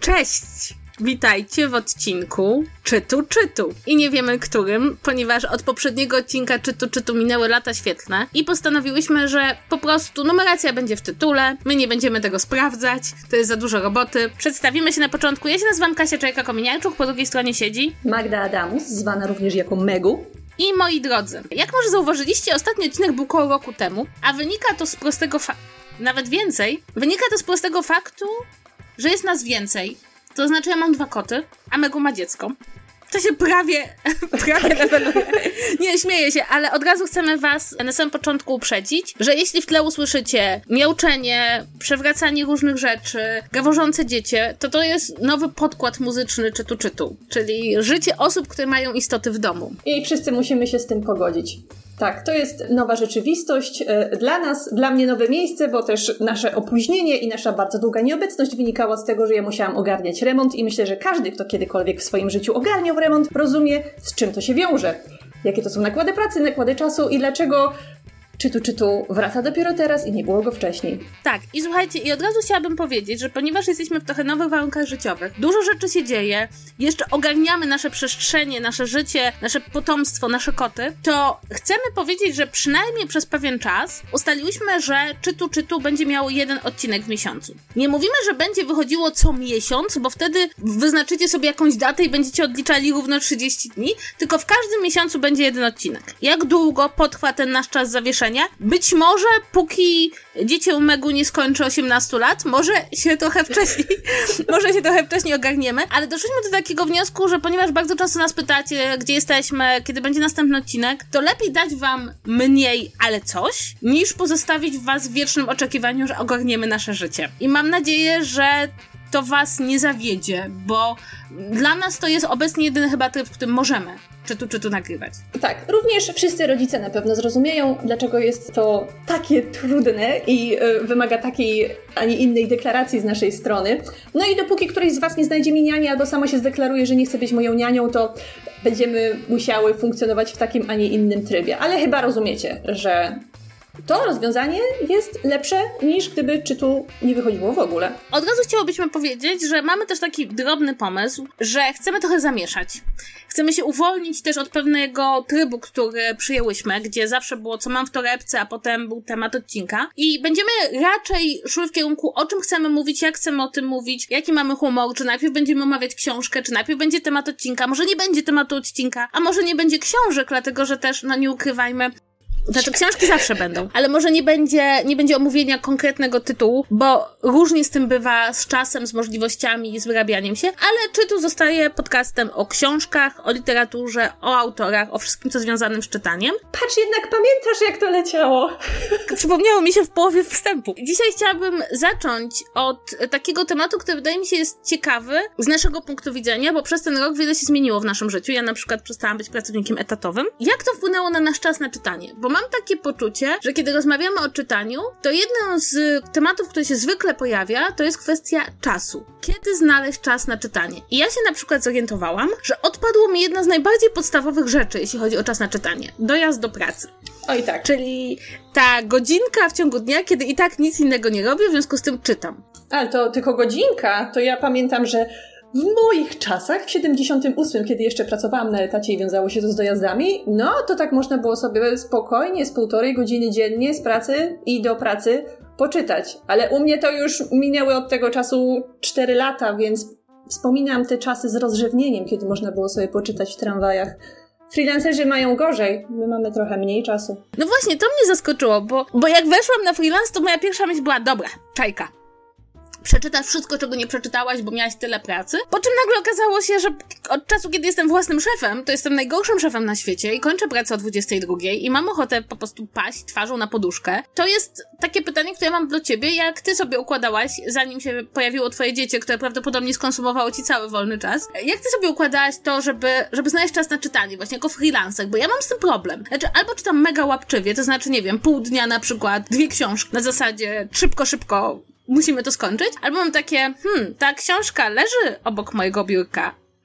Cześć! Witajcie w odcinku Czytu. I nie wiemy którym, ponieważ od poprzedniego odcinka Czytu minęły lata świetlne i postanowiłyśmy, że po prostu numeracja będzie w tytule, my nie będziemy tego sprawdzać, to jest za dużo roboty. Przedstawimy się na początku. Ja się nazywam Kasia Czajka-Kominiarczuk, po drugiej stronie siedzi Magda Adamus, zwana również jako Megu. I moi drodzy, jak może zauważyliście, ostatni odcinek był koło roku temu, a wynika to z prostego nawet więcej, wynika to z prostego faktu, że jest nas więcej. To znaczy, ja mam 2 koty, a Megu ma dziecko. To się prawie leveluje. Nie, śmieję się, ale od razu chcemy was na samym początku uprzedzić, że jeśli w tle usłyszycie miauczenie, przewracanie różnych rzeczy, gaworzące dziecię, to jest nowy podkład muzyczny Czytu. Czyli życie osób, które mają istoty w domu. I wszyscy musimy się z tym pogodzić. Tak, to jest nowa rzeczywistość dla nas, dla mnie nowe miejsce, bo też nasze opóźnienie i nasza bardzo długa nieobecność wynikała z tego, że ja musiałam ogarniać remont i myślę, że każdy, kto kiedykolwiek w swoim życiu ogarniał remont, rozumie, z czym to się wiąże. Jakie to są nakłady pracy, nakłady czasu i dlaczego Czytu wraca dopiero teraz i nie było go wcześniej. Tak, i słuchajcie, i od razu chciałabym powiedzieć, że ponieważ jesteśmy w trochę nowych warunkach życiowych, dużo rzeczy się dzieje, jeszcze ogarniamy nasze przestrzenie, nasze życie, nasze potomstwo, nasze koty, to chcemy powiedzieć, że przynajmniej przez pewien czas ustaliłyśmy, że Czytu będzie miało 1 odcinek w miesiącu. Nie mówimy, że będzie wychodziło co miesiąc, bo wtedy wyznaczycie sobie jakąś datę i będziecie odliczali równo 30 dni, tylko w każdym miesiącu będzie 1 odcinek. Jak długo potrwa ten nasz czas zawieszenia? Być może póki dziecię Megu nie skończy 18 lat, może się trochę wcześniej ogarniemy, ale doszliśmy do takiego wniosku, że ponieważ bardzo często nas pytacie, gdzie jesteśmy, kiedy będzie następny odcinek, to lepiej dać wam mniej, ale coś, niż pozostawić was w wiecznym oczekiwaniu, że ogarniemy nasze życie. I mam nadzieję, że to was nie zawiedzie, bo dla nas to jest obecnie jedyny chyba tryb, w którym możemy Czytu nagrywać. Tak, również wszyscy rodzice na pewno zrozumieją, dlaczego jest to takie trudne i wymaga takiej, a nie innej deklaracji z naszej strony. No i dopóki któryś z was nie znajdzie mi niani albo samo się zdeklaruje, że nie chce być moją nianią, to będziemy musiały funkcjonować w takim, a nie innym trybie. Ale chyba rozumiecie, że to rozwiązanie jest lepsze niż gdyby Czytu nie wychodziło w ogóle. Od razu chciałobyśmy powiedzieć, że mamy też taki drobny pomysł, że chcemy trochę zamieszać. Chcemy się uwolnić też od pewnego trybu, który przyjęłyśmy, gdzie zawsze było co mam w torebce, a potem był temat odcinka. I będziemy raczej szły w kierunku, o czym chcemy mówić, jak chcemy o tym mówić, jaki mamy humor, czy najpierw będziemy omawiać książkę, czy najpierw będzie temat odcinka, może nie będzie tematu odcinka, a może nie będzie książek, dlatego że też, nie ukrywajmy, znaczy książki zawsze będą, ale może nie będzie omówienia konkretnego tytułu, bo różnie z tym bywa, z czasem, z możliwościami, z wyrabianiem się, ale Czytu zostaje podcastem o książkach, o literaturze, o autorach, o wszystkim, co związanym z czytaniem. Patrz, jednak pamiętasz, jak to leciało. Przypomniało mi się w połowie wstępu. Dzisiaj chciałabym zacząć od takiego tematu, który wydaje mi się jest ciekawy z naszego punktu widzenia, bo przez ten rok wiele się zmieniło w naszym życiu. Ja na przykład przestałam być pracownikiem etatowym. Jak to wpłynęło na nasz czas na czytanie? Bo mam takie poczucie, że kiedy rozmawiamy o czytaniu, to jednym z tematów, który się zwykle pojawia, to jest kwestia czasu. Kiedy znaleźć czas na czytanie? I ja się na przykład zorientowałam, że odpadło mi jedna z najbardziej podstawowych rzeczy, jeśli chodzi o czas na czytanie. Dojazd do pracy. Oj tak. Czyli ta godzinka w ciągu dnia, kiedy i tak nic innego nie robię, w związku z tym czytam. Ale to tylko godzinka. To ja pamiętam, że w moich czasach, w 78, kiedy jeszcze pracowałam na etacie i wiązało się to z dojazdami, to tak można było sobie spokojnie z 1,5 godziny dziennie z pracy i do pracy poczytać. Ale u mnie to już minęły od tego czasu 4 lata, więc wspominam te czasy z rozrzewnieniem, kiedy można było sobie poczytać w tramwajach. Freelancerzy mają gorzej, my mamy trochę mniej czasu. No właśnie, to mnie zaskoczyło, bo jak weszłam na freelance, to moja pierwsza myśl była, dobra, Czajka, przeczytasz wszystko, czego nie przeczytałaś, bo miałaś tyle pracy. Po czym nagle okazało się, że od czasu, kiedy jestem własnym szefem, to jestem najgorszym szefem na świecie i kończę pracę o 22 i mam ochotę po prostu paść twarzą na poduszkę. To jest takie pytanie, które mam do ciebie, jak ty sobie układałaś, zanim się pojawiło twoje dziecię, które prawdopodobnie skonsumowało ci cały wolny czas. Jak ty sobie układałaś to, żeby znaleźć czas na czytanie, właśnie jako freelancer, bo ja mam z tym problem. Znaczy, albo czytam mega łapczywie, to znaczy, nie wiem, pół dnia na przykład, 2 książki na zasadzie szybko musimy to skończyć, albo mam takie, ta książka leży obok mojego biurka,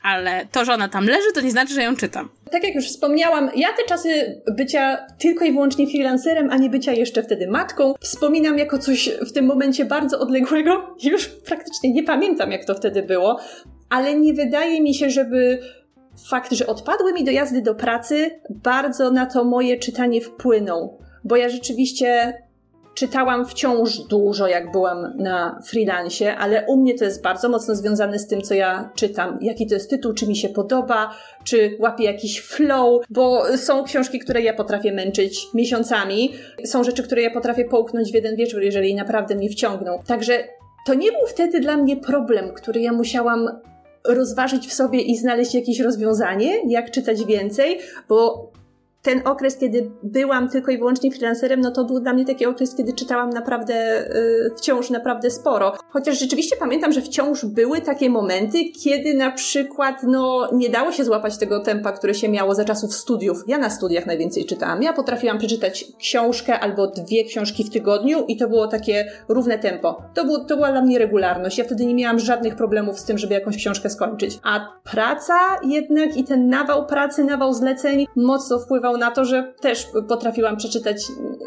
ale to, że ona tam leży, to nie znaczy, że ją czytam. Tak jak już wspomniałam, ja te czasy bycia tylko i wyłącznie freelancerem, a nie bycia jeszcze wtedy matką, wspominam jako coś w tym momencie bardzo odległego. Już praktycznie nie pamiętam, jak to wtedy było, ale nie wydaje mi się, żeby fakt, że odpadły mi dojazdy do pracy, bardzo na to moje czytanie wpłynął. Bo ja rzeczywiście czytałam wciąż dużo, jak byłam na freelancie, ale u mnie to jest bardzo mocno związane z tym, co ja czytam. Jaki to jest tytuł, czy mi się podoba, czy łapię jakiś flow, bo są książki, które ja potrafię męczyć miesiącami. Są rzeczy, które ja potrafię połknąć w jeden wieczór, jeżeli naprawdę mnie wciągną. Także to nie był wtedy dla mnie problem, który ja musiałam rozważyć w sobie i znaleźć jakieś rozwiązanie, jak czytać więcej, bo ten okres, kiedy byłam tylko i wyłącznie freelancerem, no to był dla mnie taki okres, kiedy czytałam naprawdę, wciąż naprawdę sporo. Chociaż rzeczywiście pamiętam, że wciąż były takie momenty, kiedy na przykład, no, nie dało się złapać tego tempa, które się miało za czasów studiów. Ja na studiach najwięcej czytałam. Ja potrafiłam przeczytać książkę albo 2 książki w tygodniu i to było takie równe tempo. To była dla mnie regularność. Ja wtedy nie miałam żadnych problemów z tym, żeby jakąś książkę skończyć. A praca jednak i ten nawał pracy, nawał zleceń mocno wpływał na to, że też potrafiłam przeczytać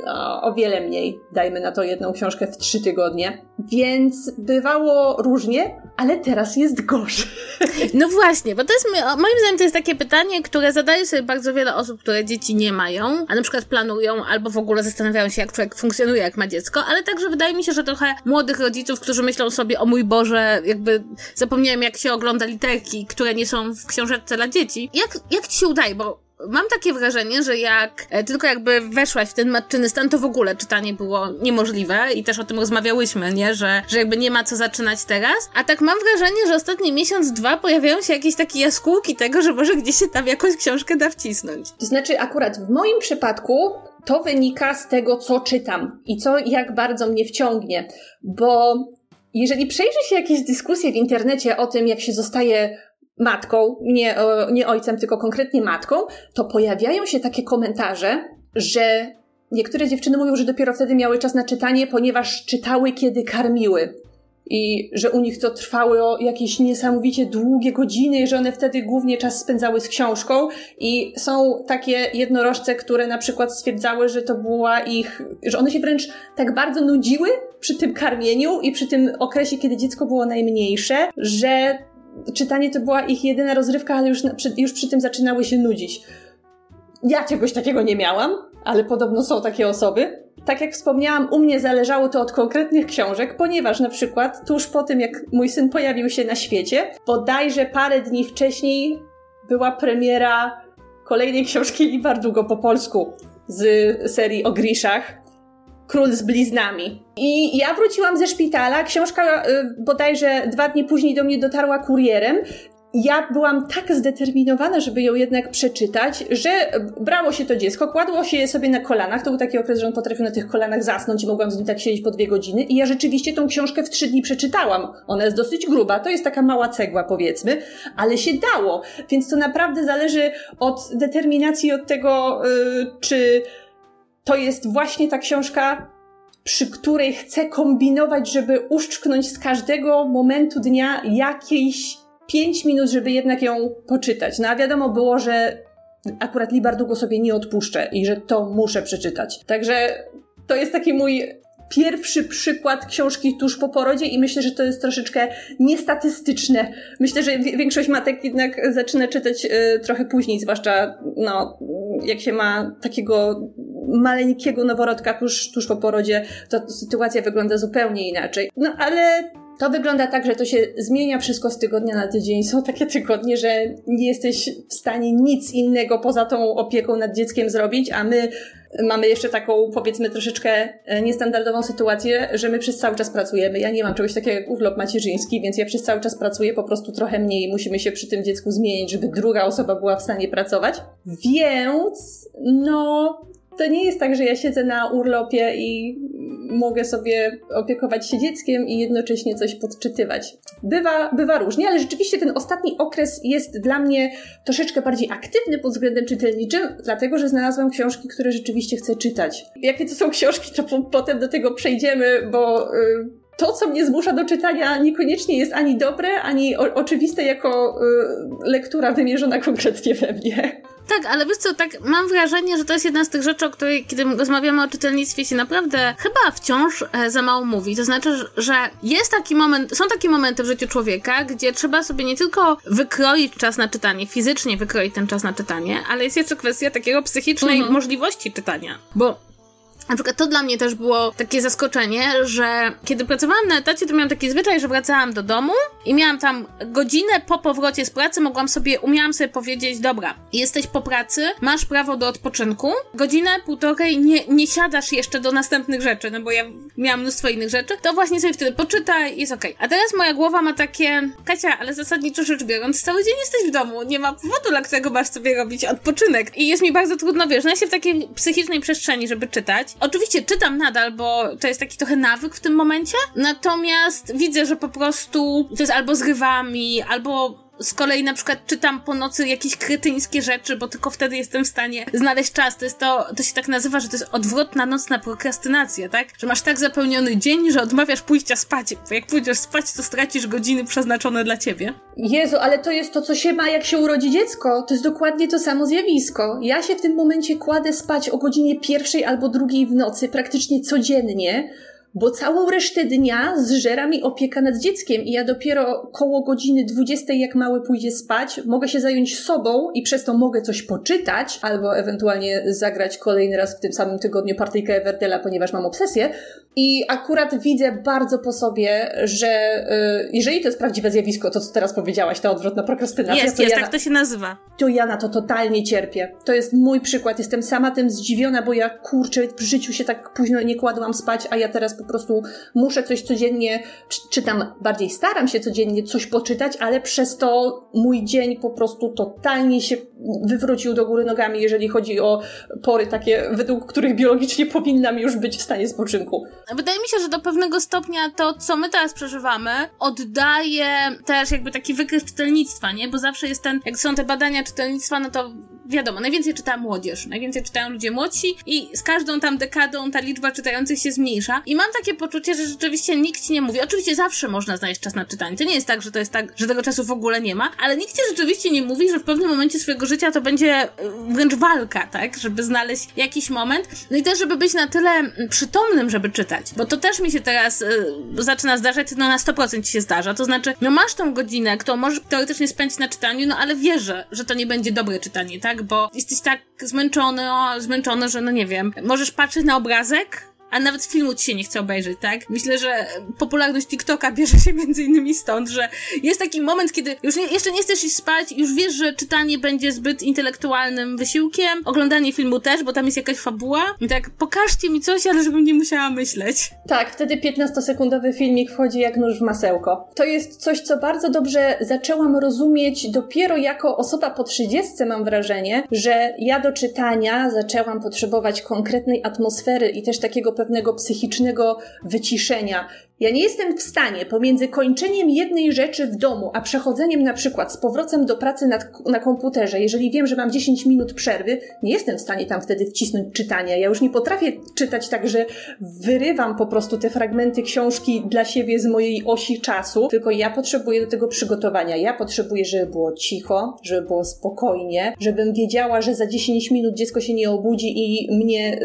o wiele mniej, dajmy na to 1 książkę w 3 tygodnie, więc bywało różnie, ale teraz jest gorzej. No właśnie, bo to jest, moim zdaniem to jest takie pytanie, które zadaje sobie bardzo wiele osób, które dzieci nie mają, a na przykład planują, albo w ogóle zastanawiają się, jak człowiek funkcjonuje, jak ma dziecko, ale także wydaje mi się, że trochę młodych rodziców, którzy myślą sobie, o mój Boże, jakby zapomniałem, jak się ogląda literki, które nie są w książeczce dla dzieci. Jak ci się udaje, bo mam takie wrażenie, że jak tylko jakby weszłaś w ten matczyny stan, to w ogóle czytanie było niemożliwe i też o tym rozmawiałyśmy, nie? Że jakby nie ma co zaczynać teraz. A tak mam wrażenie, że ostatni miesiąc, 2 pojawiają się jakieś takie jaskółki tego, że może gdzieś się tam jakąś książkę da wcisnąć. To znaczy akurat w moim przypadku to wynika z tego, co czytam i jak bardzo mnie wciągnie, bo jeżeli przejrzy się jakieś dyskusje w internecie o tym, jak się zostaje matką, nie ojcem, tylko konkretnie matką, to pojawiają się takie komentarze, że niektóre dziewczyny mówią, że dopiero wtedy miały czas na czytanie, ponieważ czytały, kiedy karmiły. I że u nich to trwało jakieś niesamowicie długie godziny, że one wtedy głównie czas spędzały z książką. I są takie jednorożce, które na przykład stwierdzały, że to była że one się wręcz tak bardzo nudziły przy tym karmieniu i przy tym okresie, kiedy dziecko było najmniejsze, że czytanie to była ich jedyna rozrywka, ale już przy tym zaczynały się nudzić. Ja czegoś takiego nie miałam, ale podobno są takie osoby. Tak jak wspomniałam, u mnie zależało to od konkretnych książek, ponieważ na przykład tuż po tym, jak mój syn pojawił się na świecie, bodajże parę dni wcześniej była premiera kolejnej książki Libardugo po polsku z serii o Griszach. Król z bliznami. I ja wróciłam ze szpitala, książka bodajże 2 dni później do mnie dotarła kurierem. Ja byłam tak zdeterminowana, żeby ją jednak przeczytać, że brało się to dziecko, kładło się je sobie na kolanach. To był taki okres, że on potrafił na tych kolanach zasnąć i mogłam z nim tak siedzieć po 2 godziny. I ja rzeczywiście tą książkę w 3 dni przeczytałam. Ona jest dosyć gruba, to jest taka mała cegła, powiedzmy, ale się dało. Więc to naprawdę zależy od determinacji, od tego, czy to jest właśnie ta książka, przy której chcę kombinować, żeby uszczknąć z każdego momentu dnia jakieś 5 minut, żeby jednak ją poczytać. No a wiadomo było, że akurat Libardugo sobie nie odpuszczę i że to muszę przeczytać. Także to jest taki mój pierwszy przykład książki tuż po porodzie i myślę, że to jest troszeczkę niestatystyczne. Myślę, że większość matek jednak zaczyna czytać trochę później, zwłaszcza jak się ma takiego maleńkiego noworodka tuż po porodzie, to sytuacja wygląda zupełnie inaczej. No ale to wygląda tak, że to się zmienia wszystko z tygodnia na tydzień. Są takie tygodnie, że nie jesteś w stanie nic innego poza tą opieką nad dzieckiem zrobić, a my mamy jeszcze taką, powiedzmy, troszeczkę niestandardową sytuację, że my przez cały czas pracujemy. Ja nie mam czegoś takiego jak urlop macierzyński, więc ja przez cały czas pracuję, po prostu trochę mniej. Musimy się przy tym dziecku zmienić, żeby druga osoba była w stanie pracować. Więc, to nie jest tak, że ja siedzę na urlopie i mogę sobie opiekować się dzieckiem i jednocześnie coś podczytywać. Bywa różnie, ale rzeczywiście ten ostatni okres jest dla mnie troszeczkę bardziej aktywny pod względem czytelniczym, dlatego, że znalazłam książki, które rzeczywiście chcę czytać. Jakie to są książki, to potem do tego przejdziemy, bo to, co mnie zmusza do czytania, niekoniecznie jest ani dobre, ani oczywiste jako lektura wymierzona konkretnie we mnie. Tak, ale wiesz co, tak mam wrażenie, że to jest jedna z tych rzeczy, o której, kiedy rozmawiamy o czytelnictwie, się naprawdę chyba wciąż za mało mówi. To znaczy, że jest taki moment, są takie momenty w życiu człowieka, gdzie trzeba sobie nie tylko wykroić czas na czytanie, fizycznie wykroić ten czas na czytanie, ale jest jeszcze kwestia takiego psychicznej możliwości czytania. Bo na przykład to dla mnie też było takie zaskoczenie, że kiedy pracowałam na etacie, to miałam taki zwyczaj, że wracałam do domu i miałam tam godzinę po powrocie z pracy, umiałam sobie powiedzieć, dobra, jesteś po pracy, masz prawo do odpoczynku, godzinę, półtorej, nie siadasz jeszcze do następnych rzeczy, no bo ja miałam mnóstwo innych rzeczy, to właśnie sobie wtedy poczytaj, jest okej. A teraz moja głowa ma takie, Kasia, ale zasadniczo rzecz biorąc, cały dzień jesteś w domu, nie ma powodu, dla którego masz sobie robić odpoczynek. I jest mi bardzo trudno, wiesz, znaleźć się w takiej psychicznej przestrzeni, żeby czytać. Oczywiście czytam nadal, bo to jest taki trochę nawyk w tym momencie, natomiast widzę, że po prostu to jest albo zrywami, albo z kolei na przykład czytam po nocy jakieś kretyńskie rzeczy, bo tylko wtedy jestem w stanie znaleźć czas. To się tak nazywa, że to jest odwrotna nocna prokrastynacja, tak? Że masz tak zapełniony dzień, że odmawiasz pójścia spać, bo jak pójdziesz spać, to stracisz godziny przeznaczone dla ciebie. Jezu, ale to jest to, co się ma, jak się urodzi dziecko. To jest dokładnie to samo zjawisko. Ja się w tym momencie kładę spać o godzinie 1 albo 2 w nocy, praktycznie codziennie, bo całą resztę dnia zżera mi opieka nad dzieckiem i ja dopiero koło godziny 20, jak mały pójdzie spać, mogę się zająć sobą i przez to mogę coś poczytać, albo ewentualnie zagrać kolejny raz w tym samym tygodniu partyjkę Everdela, ponieważ mam obsesję. I akurat widzę bardzo po sobie, że jeżeli to jest prawdziwe zjawisko, to co teraz powiedziałaś, ta odwrotna prokrastynacja, tak to się nazywa. To ja na to totalnie cierpię. To jest mój przykład. Jestem sama tym zdziwiona, bo ja kurczę, w życiu się tak późno nie kładłam spać, a ja teraz po prostu muszę coś codziennie, czytam, bardziej staram się codziennie coś poczytać, ale przez to mój dzień po prostu totalnie się wywrócił do góry nogami, jeżeli chodzi o pory takie, według których biologicznie powinnam już być w stanie spoczynku. Wydaje mi się, że do pewnego stopnia to, co my teraz przeżywamy, oddaje też jakby taki wykres czytelnictwa, nie? Bo zawsze jest jak są te badania czytelnictwa, no to wiadomo, najwięcej czyta młodzież, najwięcej czytają ludzie młodsi i z każdą tam dekadą ta liczba czytających się zmniejsza i mam takie poczucie, że rzeczywiście nikt ci nie mówi. Oczywiście zawsze można znaleźć czas na czytanie. To nie jest tak, że to jest tak, że tego czasu w ogóle nie ma, ale nikt ci rzeczywiście nie mówi, że w pewnym momencie swojego życia to będzie wręcz walka, tak? Żeby znaleźć jakiś moment. No i też, żeby być na tyle przytomnym, żeby czytać. Bo to też mi się teraz zaczyna zdarzać, no na 100% ci się zdarza. To znaczy, no masz tą godzinę, którą możesz teoretycznie spędzić na czytaniu, no ale wiesz, że to nie będzie dobre czytanie, tak? Bo jesteś tak zmęczony, że no nie wiem, możesz patrzeć na obrazek, a nawet filmu ci się nie chce obejrzeć, tak? Myślę, że popularność TikToka bierze się między innymi stąd, że jest taki moment, kiedy już jeszcze nie chcesz iść spać, już wiesz, że czytanie będzie zbyt intelektualnym wysiłkiem, oglądanie filmu też, bo tam jest jakaś fabuła i tak, pokażcie mi coś, ale żebym nie musiała myśleć. Tak, wtedy 15-sekundowy filmik wchodzi jak nóż w masełko. To jest coś, co bardzo dobrze zaczęłam rozumieć dopiero jako osoba po 30, mam wrażenie, że ja do czytania zaczęłam potrzebować konkretnej atmosfery i też takiego pewnego psychicznego wyciszenia. Ja nie jestem w stanie pomiędzy kończeniem jednej rzeczy w domu, a przechodzeniem na przykład z powrotem do pracy na komputerze, jeżeli wiem, że mam 10 minut przerwy, nie jestem w stanie tam wtedy wcisnąć czytania. Ja już nie potrafię czytać tak, że wyrywam po prostu te fragmenty książki dla siebie z mojej osi czasu, tylko ja potrzebuję do tego przygotowania. Ja potrzebuję, żeby było cicho, żeby było spokojnie, żebym wiedziała, że za 10 minut dziecko się nie obudzi i mnie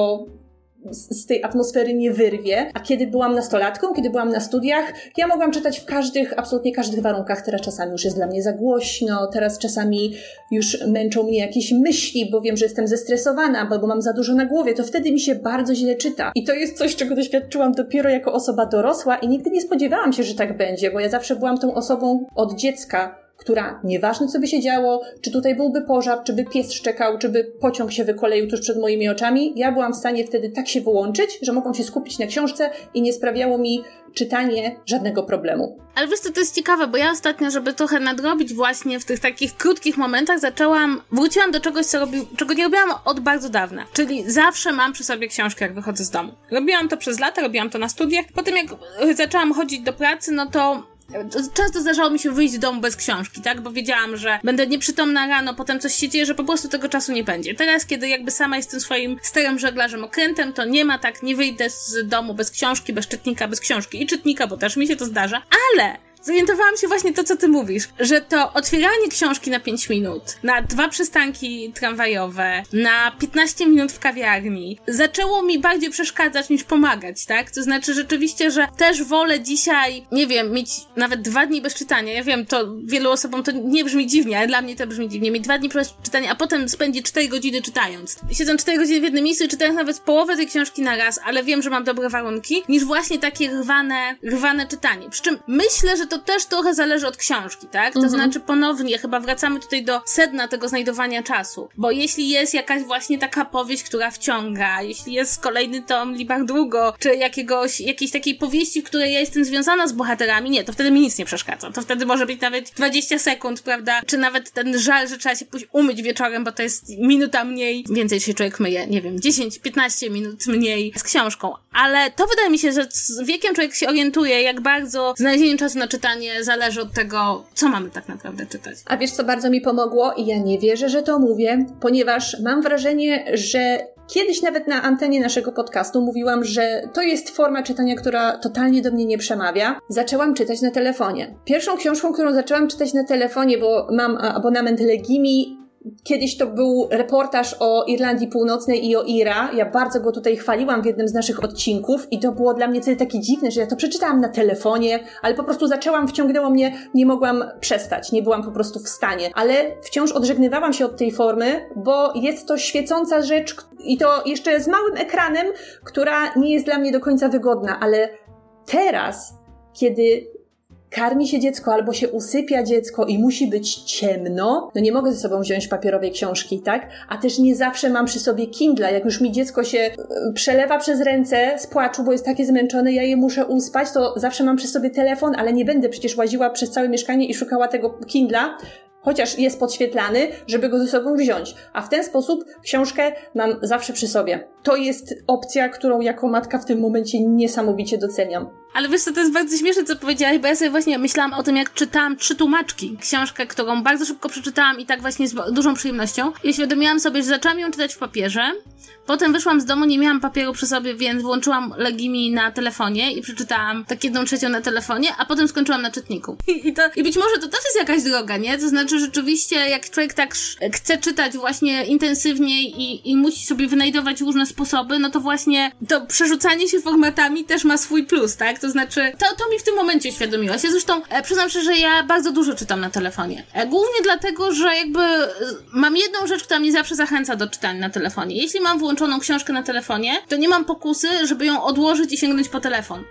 z tej atmosfery nie wyrwie. A kiedy byłam nastolatką, kiedy byłam na studiach, ja mogłam czytać absolutnie każdych warunkach. Teraz czasami już jest dla mnie za głośno, teraz czasami już męczą mnie jakieś myśli, bo wiem, że jestem zestresowana, bo mam za dużo na głowie, to wtedy mi się bardzo źle czyta. I to jest coś, czego doświadczyłam dopiero jako osoba dorosła i nigdy nie spodziewałam się, że tak będzie, bo ja zawsze byłam tą osobą od dziecka, która, nieważne co by się działo, czy tutaj byłby pożar, czy by pies szczekał, czy by pociąg się wykoleił tuż przed moimi oczami, ja byłam w stanie wtedy tak się wyłączyć, że mogłam się skupić na książce i nie sprawiało mi czytanie żadnego problemu. Ale wiesz co, to jest ciekawe, bo ja ostatnio, żeby trochę nadrobić właśnie w tych takich krótkich momentach, wróciłam do czegoś, czego nie robiłam od bardzo dawna. Czyli zawsze mam przy sobie książkę, jak wychodzę z domu. Robiłam to przez lata, robiłam to na studiach. Potem jak zaczęłam chodzić do pracy, no to często zdarzało mi się wyjść z domu bez książki, tak? Bo wiedziałam, że będę nieprzytomna rano, potem coś się dzieje, że po prostu tego czasu nie będzie. Teraz, kiedy jakby sama jestem swoim sterem, żeglarzem, okrętem, to nie ma tak, nie wyjdę z domu bez książki, bez czytnika, bez książki i czytnika, bo też mi się to zdarza, ale zorientowałam się właśnie to, co ty mówisz, że to otwieranie książki na 5 minut, na 2 przystanki tramwajowe, na 15 minut w kawiarni, zaczęło mi bardziej przeszkadzać niż pomagać, tak? To znaczy rzeczywiście, że też wolę dzisiaj, nie wiem, mieć nawet 2 dni bez czytania. Ja wiem, to wielu osobom to nie brzmi dziwnie, ale dla mnie to brzmi dziwnie. Mieć 2 dni bez czytania, a potem spędzić 4 godziny czytając. Siedząc 4 godziny w jednym miejscu i czytając nawet połowę tej książki na raz, ale wiem, że mam dobre warunki, niż właśnie takie rwane czytanie. Przy czym myślę, że to też trochę zależy od książki, tak? To znaczy ponownie chyba wracamy tutaj do sedna tego znajdowania czasu, bo jeśli jest jakaś właśnie taka powieść, która wciąga, jeśli jest kolejny tom Libach Drugo, czy jakiejś takiej powieści, w której ja jestem związana z bohaterami, nie, to wtedy mi nic nie przeszkadza. To wtedy może być nawet 20 sekund, prawda? Czy nawet ten żal, że trzeba się pójść umyć wieczorem, bo to jest minuta mniej, więcej się człowiek myje, nie wiem, 10-15 minut mniej z książką. Ale to wydaje mi się, że z wiekiem człowiek się orientuje, jak bardzo znalezienie czasu na czytanie zależy od tego, co mamy tak naprawdę czytać. A wiesz, co bardzo mi pomogło? I ja nie wierzę, że to mówię, ponieważ mam wrażenie, że kiedyś nawet na antenie naszego podcastu mówiłam, że to jest forma czytania, która totalnie do mnie nie przemawia. Zaczęłam czytać na telefonie. Pierwszą książką, którą zaczęłam czytać na telefonie, bo mam abonament Legimi. Kiedyś to był reportaż o Irlandii Północnej i o IRA. Ja bardzo go tutaj chwaliłam w jednym z naszych odcinków i to było dla mnie tyle takie dziwne, że ja to przeczytałam na telefonie, ale po prostu wciągnęło mnie, nie mogłam przestać, nie byłam po prostu w stanie. Ale wciąż odżegnywałam się od tej formy, bo jest to świecąca rzecz i to jeszcze z małym ekranem, która nie jest dla mnie do końca wygodna, ale teraz, kiedy karmi się dziecko albo się usypia dziecko i musi być ciemno, no nie mogę ze sobą wziąć papierowej książki, tak? A też nie zawsze mam przy sobie Kindle. Jak już mi dziecko się przelewa przez ręce z płaczu, bo jest takie zmęczone, ja je muszę uspać, to zawsze mam przy sobie telefon, ale nie będę przecież łaziła przez całe mieszkanie i szukała tego Kindla, chociaż jest podświetlany, żeby go ze sobą wziąć. A w ten sposób książkę mam zawsze przy sobie. To jest opcja, którą jako matka w tym momencie niesamowicie doceniam. Ale wiesz co, to jest bardzo śmieszne, co powiedziałaś, bo ja sobie właśnie myślałam o tym, jak czytałam 3 tłumaczki. Książkę, którą bardzo szybko przeczytałam i tak właśnie z dużą przyjemnością. I uświadomiłam sobie, że zaczęłam ją czytać w papierze. Potem wyszłam z domu, nie miałam papieru przy sobie, więc włączyłam Legimi na telefonie i przeczytałam tak 1/3 na telefonie, a potem skończyłam na czytniku. I być może to też jest jakaś droga, nie? To znaczy rzeczywiście, jak człowiek tak chce czytać właśnie intensywniej i musi sobie wynajdować różne sposoby, no to właśnie to przerzucanie się formatami też ma swój plus, tak? To znaczy, to mi w tym momencie uświadomiłaś. Ja zresztą przyznam się, że ja bardzo dużo czytam na telefonie. Głównie dlatego, że jakby mam jedną rzecz, która mnie zawsze zachęca do czytania na telefonie. Jeśli mam włączoną książkę na telefonie, to nie mam pokusy, żeby ją odłożyć i sięgnąć po telefon.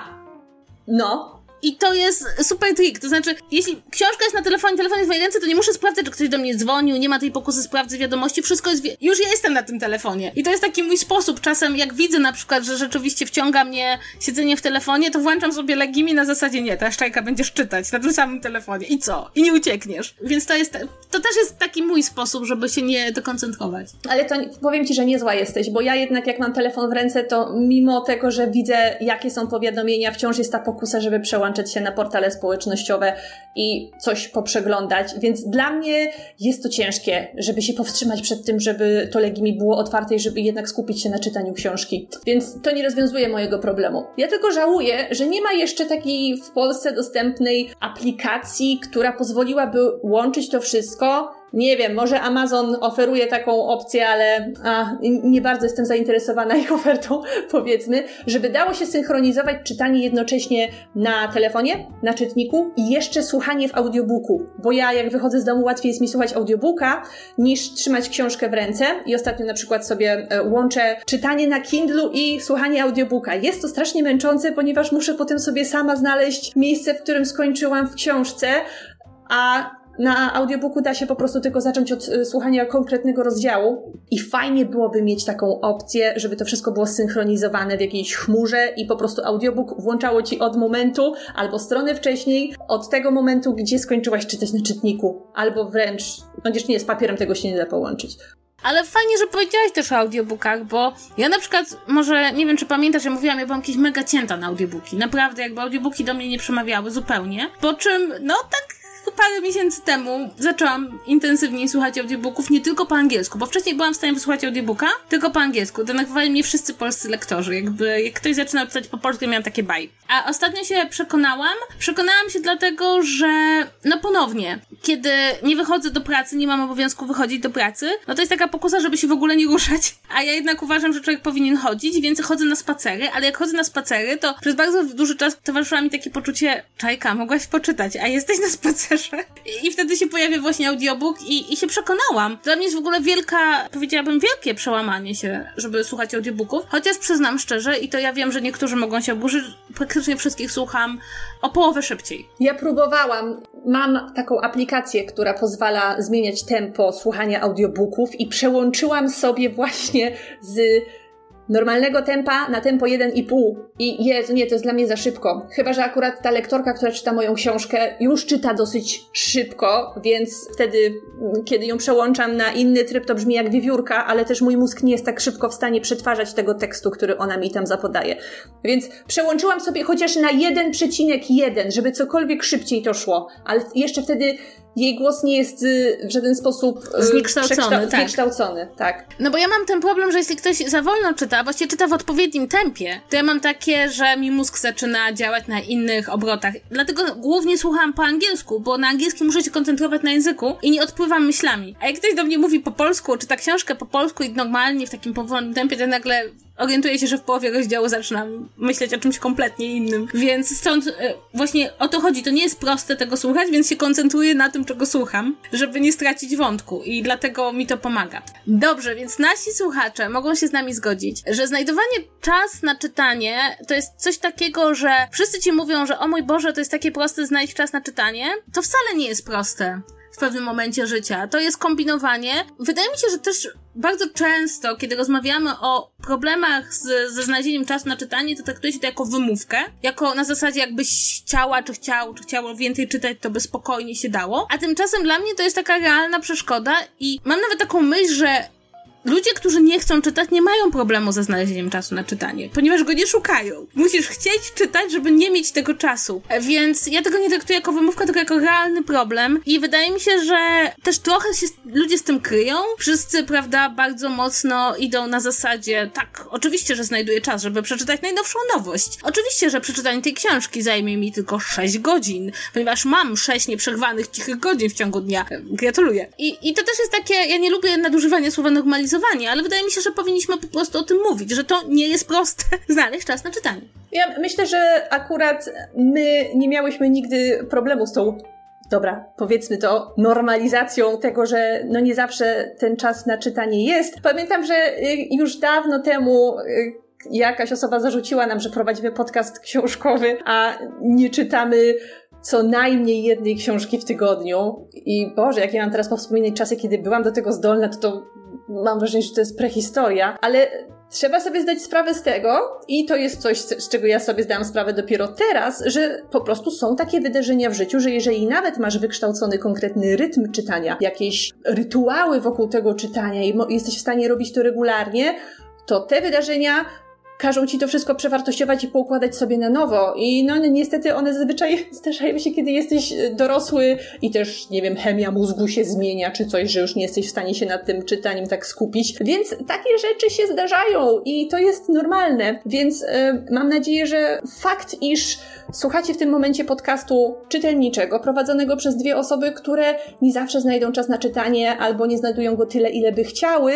No. I to jest super trik, to znaczy, jeśli książka jest na telefonie, telefon jest w mojej ręce, to nie muszę sprawdzać, czy ktoś do mnie dzwonił, nie ma tej pokusy, sprawdzę wiadomości, wszystko jest, już ja jestem na tym telefonie. I to jest taki mój sposób, czasem jak widzę na przykład, że rzeczywiście wciąga mnie siedzenie w telefonie, to włączam sobie Legimi na zasadzie, nie, ta szczajka będziesz czytać na tym samym telefonie i co? I nie uciekniesz. Więc to też jest taki mój sposób, żeby się nie dekoncentrować. Ale to powiem ci, że niezła jesteś, bo ja jednak jak mam telefon w ręce, to mimo tego, że widzę, jakie są powiadomienia, wciąż jest ta pokusa, żeby przełączać się na portale społecznościowe i coś poprzeglądać, więc dla mnie jest to ciężkie, żeby się powstrzymać przed tym, żeby to Legimi było otwarte i żeby jednak skupić się na czytaniu książki. Więc to nie rozwiązuje mojego problemu. Ja tylko żałuję, że nie ma jeszcze takiej w Polsce dostępnej aplikacji, która pozwoliłaby łączyć to wszystko. Nie wiem, może Amazon oferuje taką opcję, ale nie bardzo jestem zainteresowana ich ofertą, powiedzmy, żeby dało się synchronizować czytanie jednocześnie na telefonie, na czytniku i jeszcze słuchanie w audiobooku, bo ja jak wychodzę z domu, łatwiej jest mi słuchać audiobooka niż trzymać książkę w ręce i ostatnio na przykład sobie łączę czytanie na Kindlu i słuchanie audiobooka. Jest to strasznie męczące, ponieważ muszę potem sobie sama znaleźć miejsce, w którym skończyłam w książce, a na audiobooku da się po prostu tylko zacząć od słuchania konkretnego rozdziału i fajnie byłoby mieć taką opcję, żeby to wszystko było synchronizowane w jakiejś chmurze i po prostu audiobook włączało ci od momentu albo strony wcześniej, od tego momentu, gdzie skończyłaś czytać na czytniku, albo wręcz, chociaż nie, z papierem tego się nie da połączyć. Ale fajnie, że powiedziałaś też o audiobookach, bo ja na przykład, może, nie wiem czy pamiętasz, ja mówiłam, ja byłam kiedyś mega cięta na audiobooki. Naprawdę, jakby audiobooki do mnie nie przemawiały zupełnie. Po czym, no tak parę miesięcy temu zaczęłam intensywniej słuchać audiobooków, nie tylko po angielsku, bo wcześniej byłam w stanie wysłuchać audiobooka tylko po angielsku. Denerwowali mnie wszyscy polscy lektorzy. Jakby, jak ktoś zaczynał czytać po polsku, miałam takie baj. A ostatnio się przekonałam się dlatego, że no ponownie, kiedy nie wychodzę do pracy, nie mam obowiązku wychodzić do pracy, no to jest taka pokusa, żeby się w ogóle nie ruszać. A ja jednak uważam, że człowiek powinien chodzić, więc chodzę na spacery, ale jak chodzę na spacery, to przez bardzo duży czas towarzyszyło mi takie poczucie, Czajka, mogłaś poczytać, a jesteś na spacerze. I wtedy się pojawia właśnie audiobook i się przekonałam. Dla mnie jest w ogóle powiedziałabym wielkie przełamanie się, żeby słuchać audiobooków, chociaż przyznam szczerze, i to ja wiem, że niektórzy mogą się oburzyć, praktycznie wszystkich słucham o połowę szybciej. Ja próbowałam. Mam taką aplikację, która pozwala zmieniać tempo słuchania audiobooków i przełączyłam sobie właśnie z normalnego tempa na tempo 1,5 i Jezu, nie, to jest dla mnie za szybko. Chyba że akurat ta lektorka, która czyta moją książkę, już czyta dosyć szybko, więc wtedy, kiedy ją przełączam na inny tryb, to brzmi jak wiewiórka, ale też mój mózg nie jest tak szybko w stanie przetwarzać tego tekstu, który ona mi tam zapodaje. Więc przełączyłam sobie chociaż na 1,1, żeby cokolwiek szybciej to szło, ale jeszcze wtedy jej głos nie jest w żaden sposób zniekształcony, tak. No bo ja mam ten problem, że jeśli ktoś za wolno czyta, właściwie czyta w odpowiednim tempie, to ja mam takie, że mi mózg zaczyna działać na innych obrotach. Dlatego głównie słucham po angielsku, bo na angielskim muszę się koncentrować na języku i nie odpływam myślami. A jak ktoś do mnie mówi po polsku, czyta książkę po polsku i normalnie w takim powolnym tempie, to nagle orientuję się, że w połowie rozdziału zaczynam myśleć o czymś kompletnie innym. Więc stąd właśnie o to chodzi. To nie jest proste tego słuchać, więc się koncentruję na tym, czego słucham, żeby nie stracić wątku i dlatego mi to pomaga. Dobrze, więc nasi słuchacze mogą się z nami zgodzić, że znajdowanie czasu na czytanie to jest coś takiego, że wszyscy ci mówią, że o mój Boże, to jest takie proste znaleźć czas na czytanie. To wcale nie jest proste w pewnym momencie życia. To jest kombinowanie. Wydaje mi się, że też bardzo często, kiedy rozmawiamy o problemach ze znalezieniem czasu na czytanie, to traktuje się to jako wymówkę, jako na zasadzie jakbyś chciała, czy chciało więcej czytać, to by spokojnie się dało. A tymczasem dla mnie to jest taka realna przeszkoda i mam nawet taką myśl, że ludzie, którzy nie chcą czytać, nie mają problemu ze znalezieniem czasu na czytanie, ponieważ go nie szukają. Musisz chcieć czytać, żeby nie mieć tego czasu. Więc ja tego nie traktuję jako wymówkę, tylko jako realny problem. I wydaje mi się, że też trochę się ludzie z tym kryją. Wszyscy, prawda, bardzo mocno idą na zasadzie, tak, oczywiście, że znajduję czas, żeby przeczytać najnowszą nowość. Oczywiście, że przeczytanie tej książki zajmie mi tylko 6 godzin, ponieważ mam 6 nieprzerwanych, cichych godzin w ciągu dnia. Gratuluję. I to też jest takie, ja nie lubię nadużywania słowa normalizowanie, ale wydaje mi się, że powinniśmy po prostu o tym mówić, że to nie jest proste znaleźć czas na czytanie. Ja myślę, że akurat my nie miałyśmy nigdy problemu z tą, powiedzmy to, normalizacją tego, że no nie zawsze ten czas na czytanie jest. Pamiętam, że już dawno temu jakaś osoba zarzuciła nam, że prowadzimy podcast książkowy, a nie czytamy co najmniej jednej książki w tygodniu. I Boże, jak ja mam teraz powspominać czasy, kiedy byłam do tego zdolna, to mam wrażenie, że to jest prehistoria, ale trzeba sobie zdać sprawę z tego, i to jest coś, z czego ja sobie zdałam sprawę dopiero teraz, że po prostu są takie wydarzenia w życiu, że jeżeli nawet masz wykształcony konkretny rytm czytania, jakieś rytuały wokół tego czytania i jesteś w stanie robić to regularnie, to te wydarzenia każą ci to wszystko przewartościować i poukładać sobie na nowo. I no niestety one zazwyczaj zdarzają się, kiedy jesteś dorosły i też, nie wiem, chemia mózgu się zmienia czy coś, że już nie jesteś w stanie się nad tym czytaniem tak skupić. Więc takie rzeczy się zdarzają i to jest normalne. Więc mam nadzieję, że fakt, iż słuchacie w tym momencie podcastu czytelniczego, prowadzonego przez 2 osoby, które nie zawsze znajdą czas na czytanie albo nie znajdują go tyle, ile by chciały,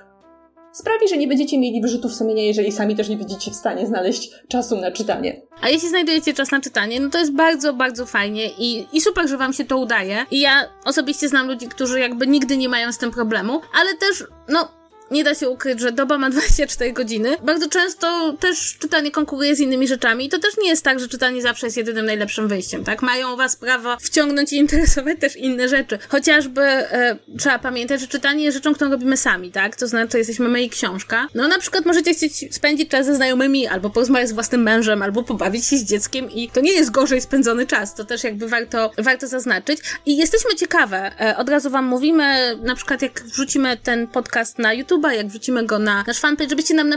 sprawi, że nie będziecie mieli wyrzutów sumienia, jeżeli sami też nie będziecie w stanie znaleźć czasu na czytanie. A jeśli znajdujecie czas na czytanie, no to jest bardzo, bardzo fajnie i super, że wam się to udaje. I ja osobiście znam ludzi, którzy jakby nigdy nie mają z tym problemu, ale też, no, nie da się ukryć, że doba ma 24 godziny. Bardzo często też czytanie konkuruje z innymi rzeczami. To też nie jest tak, że czytanie zawsze jest jedynym najlepszym wyjściem, tak? Mają was prawo wciągnąć i interesować też inne rzeczy. Chociażby trzeba pamiętać, że czytanie jest rzeczą, którą robimy sami, tak? To znaczy, jesteśmy my i książka. No na przykład możecie chcieć spędzić czas ze znajomymi, albo porozmawiać z własnym mężem, albo pobawić się z dzieckiem i to nie jest gorzej spędzony czas. To też jakby warto zaznaczyć. I jesteśmy ciekawe. Od razu wam mówimy, na przykład jak wrzucimy ten podcast na YouTube'a, jak wrzucimy go na nasz fanpage, żebyście nam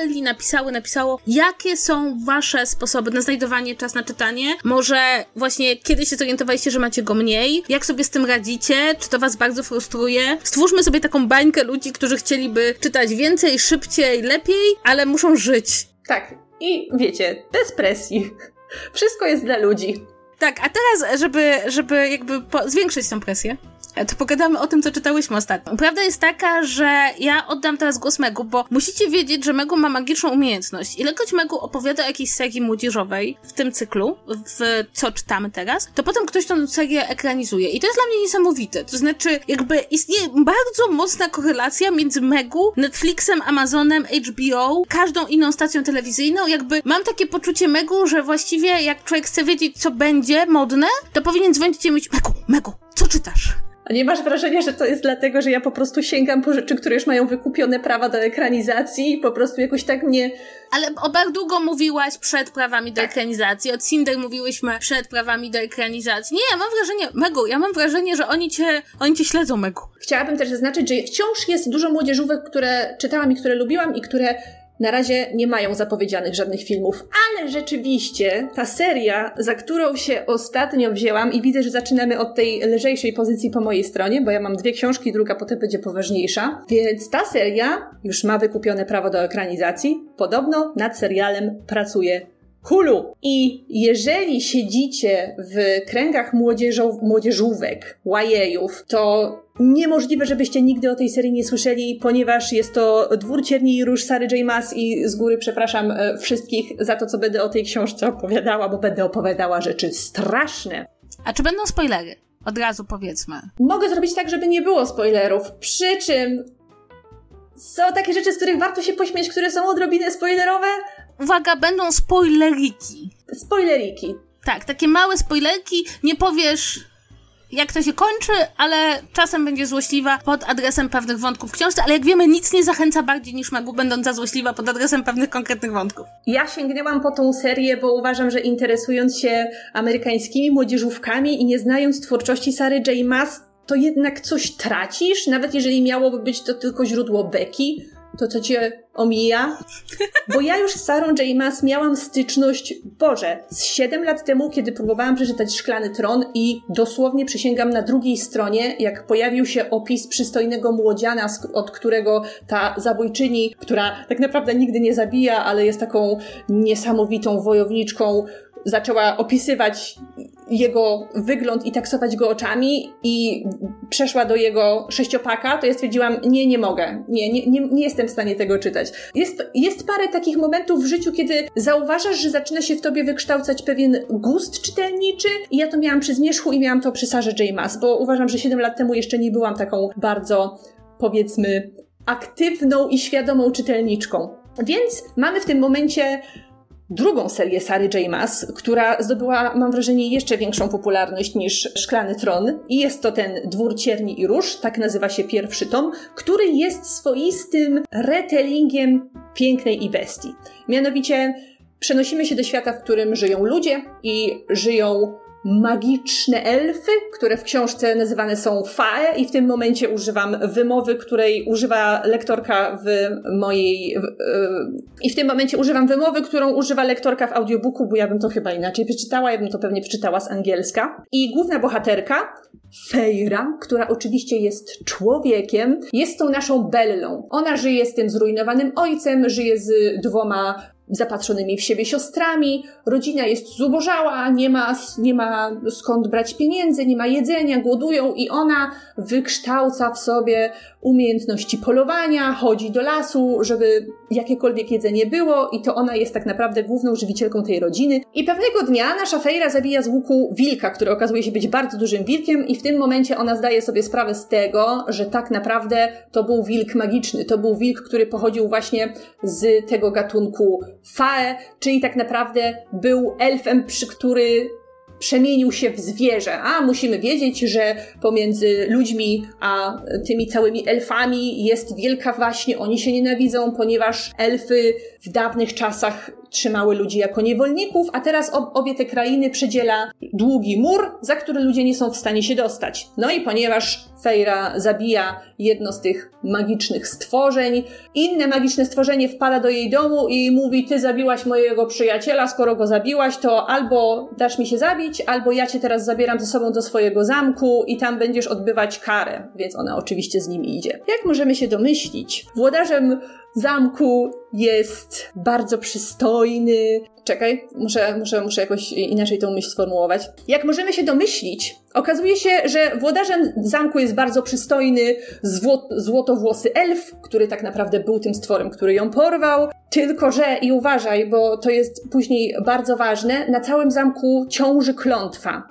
napisało, jakie są wasze sposoby na znajdowanie czasu na czytanie. Może właśnie kiedyś się zorientowaliście, że macie go mniej. Jak sobie z tym radzicie? Czy to was bardzo frustruje? Stwórzmy sobie taką bańkę ludzi, którzy chcieliby czytać więcej, szybciej, lepiej, ale muszą żyć. Tak. I wiecie, bez presji. Wszystko jest dla ludzi. Tak, a teraz, żeby jakby zwiększyć tą presję, to pogadamy o tym, co czytałyśmy ostatnio. Prawda jest taka, że ja oddam teraz głos Megu, bo musicie wiedzieć, że Megu ma magiczną umiejętność. Ilekroć Megu opowiada o jakiejś serii młodzieżowej w tym cyklu, w co czytamy teraz, to potem ktoś tą serię ekranizuje. I to jest dla mnie niesamowite. To znaczy, jakby istnieje bardzo mocna korelacja między Megu, Netflixem, Amazonem, HBO, każdą inną stacją telewizyjną. Jakby mam takie poczucie Megu, że właściwie jak człowiek chce wiedzieć, co będzie modne, to powinien dzwonić i mówić: Megu, co czytasz? A nie masz wrażenia, że to jest dlatego, że ja po prostu sięgam po rzeczy, które już mają wykupione prawa do ekranizacji i po prostu jakoś tak mnie... Ale o Bardugo mówiłaś przed prawami do ekranizacji, o Cinder mówiłyśmy przed prawami do ekranizacji. Nie, ja mam wrażenie, że oni cię śledzą, Megu. Chciałabym też zaznaczyć, że wciąż jest dużo młodzieżówek, które czytałam i które lubiłam i które na razie nie mają zapowiedzianych żadnych filmów, ale rzeczywiście ta seria, za którą się ostatnio wzięłam i widzę, że zaczynamy od tej lżejszej pozycji po mojej stronie, bo ja mam 2 książki, druga potem będzie poważniejsza, więc ta seria już ma wykupione prawo do ekranizacji. Podobno nad serialem pracuje Hulu. I jeżeli siedzicie w kręgach młodzieżówek, YA-ów, to niemożliwe, żebyście nigdy o tej serii nie słyszeli, ponieważ jest to Dwór Cierni i Róż Sary J. Maas i z góry przepraszam wszystkich za to, co będę o tej książce opowiadała, bo będę opowiadała rzeczy straszne. A czy będą spoilery? Od razu powiedzmy. Mogę zrobić tak, żeby nie było spoilerów, przy czym są takie rzeczy, z których warto się pośmiać, które są odrobinę spoilerowe. Uwaga, będą spoileriki. Spoileriki. Tak, takie małe spoilerki, nie powiesz jak to się kończy, ale czasem będzie złośliwa pod adresem pewnych wątków w książce, ale jak wiemy, nic nie zachęca bardziej niż Megu, będąca złośliwa pod adresem pewnych konkretnych wątków. Ja sięgnęłam po tą serię, bo uważam, że interesując się amerykańskimi młodzieżówkami i nie znając twórczości Sary J. Maas, to jednak coś tracisz, nawet jeżeli miałoby być to tylko źródło beki, to co cię omija? Bo ja już z Sarą J. Maas miałam styczność, z 7 lat temu, kiedy próbowałam przeczytać Szklany Tron i dosłownie przysięgam na drugiej stronie, jak pojawił się opis przystojnego młodziana, od którego ta zabójczyni, która tak naprawdę nigdy nie zabija, ale jest taką niesamowitą wojowniczką, zaczęła opisywać jego wygląd i taksować go oczami i przeszła do jego 6-paka, to ja stwierdziłam, nie mogę. Nie jestem w stanie tego czytać. Jest parę takich momentów w życiu, kiedy zauważasz, że zaczyna się w tobie wykształcać pewien gust czytelniczy i ja to miałam przy Zmierzchu i miałam to przy Sarze J. Maas, bo uważam, że 7 lat temu jeszcze nie byłam taką bardzo, powiedzmy, aktywną i świadomą czytelniczką. Więc mamy w tym momencie drugą serię Sary J. Maas, która zdobyła, mam wrażenie, jeszcze większą popularność niż Szklany Tron i jest to ten Dwór Cierni i Róż, tak nazywa się pierwszy tom, który jest swoistym retellingiem Pięknej i Bestii. Mianowicie przenosimy się do świata, w którym żyją ludzie i żyją magiczne elfy, które w książce nazywane są fae i w tym momencie używam wymowy, której używa lektorka którą używa lektorka w audiobooku, bo ja bym to chyba inaczej przeczytała, ja bym to pewnie przeczytała z angielska. I główna bohaterka, Feyra, która oczywiście jest człowiekiem, jest tą naszą Bellą. Ona żyje z tym zrujnowanym ojcem, żyje z 2 zapatrzonymi w siebie siostrami, rodzina jest zubożała, nie ma skąd brać pieniędzy, nie ma jedzenia, głodują i ona wykształca w sobie umiejętności polowania, chodzi do lasu, żeby jakiekolwiek jedzenie było i to ona jest tak naprawdę główną żywicielką tej rodziny. I pewnego dnia nasza Feyre zabija z łuku wilka, który okazuje się być bardzo dużym wilkiem i w tym momencie ona zdaje sobie sprawę z tego, że tak naprawdę to był wilk magiczny, to był wilk, który pochodził właśnie z tego gatunku Fae, czyli tak naprawdę był elfem, który przemienił się w zwierzę. A musimy wiedzieć, że pomiędzy ludźmi a tymi całymi elfami jest wielka waśń, oni się nienawidzą, ponieważ elfy w dawnych czasach trzymały ludzi jako niewolników, a teraz obie te krainy przedziela długi mur, za który ludzie nie są w stanie się dostać. No i ponieważ Feyre zabija jedno z tych magicznych stworzeń, inne magiczne stworzenie wpada do jej domu i mówi: ty zabiłaś mojego przyjaciela, skoro go zabiłaś, to albo dasz mi się zabić, albo ja cię teraz zabieram ze sobą do swojego zamku i tam będziesz odbywać karę. Więc ona oczywiście z nim idzie. Jak możemy się domyślić, włodarzem zamku jest bardzo przystojny... Czekaj, muszę jakoś inaczej tą myśl sformułować. Jak możemy się domyślić, okazuje się, że włodarzem zamku jest bardzo przystojny, złotowłosy elf, który tak naprawdę był tym stworem, który ją porwał. Tylko że, i uważaj, bo to jest później bardzo ważne, na całym zamku ciąży klątwa.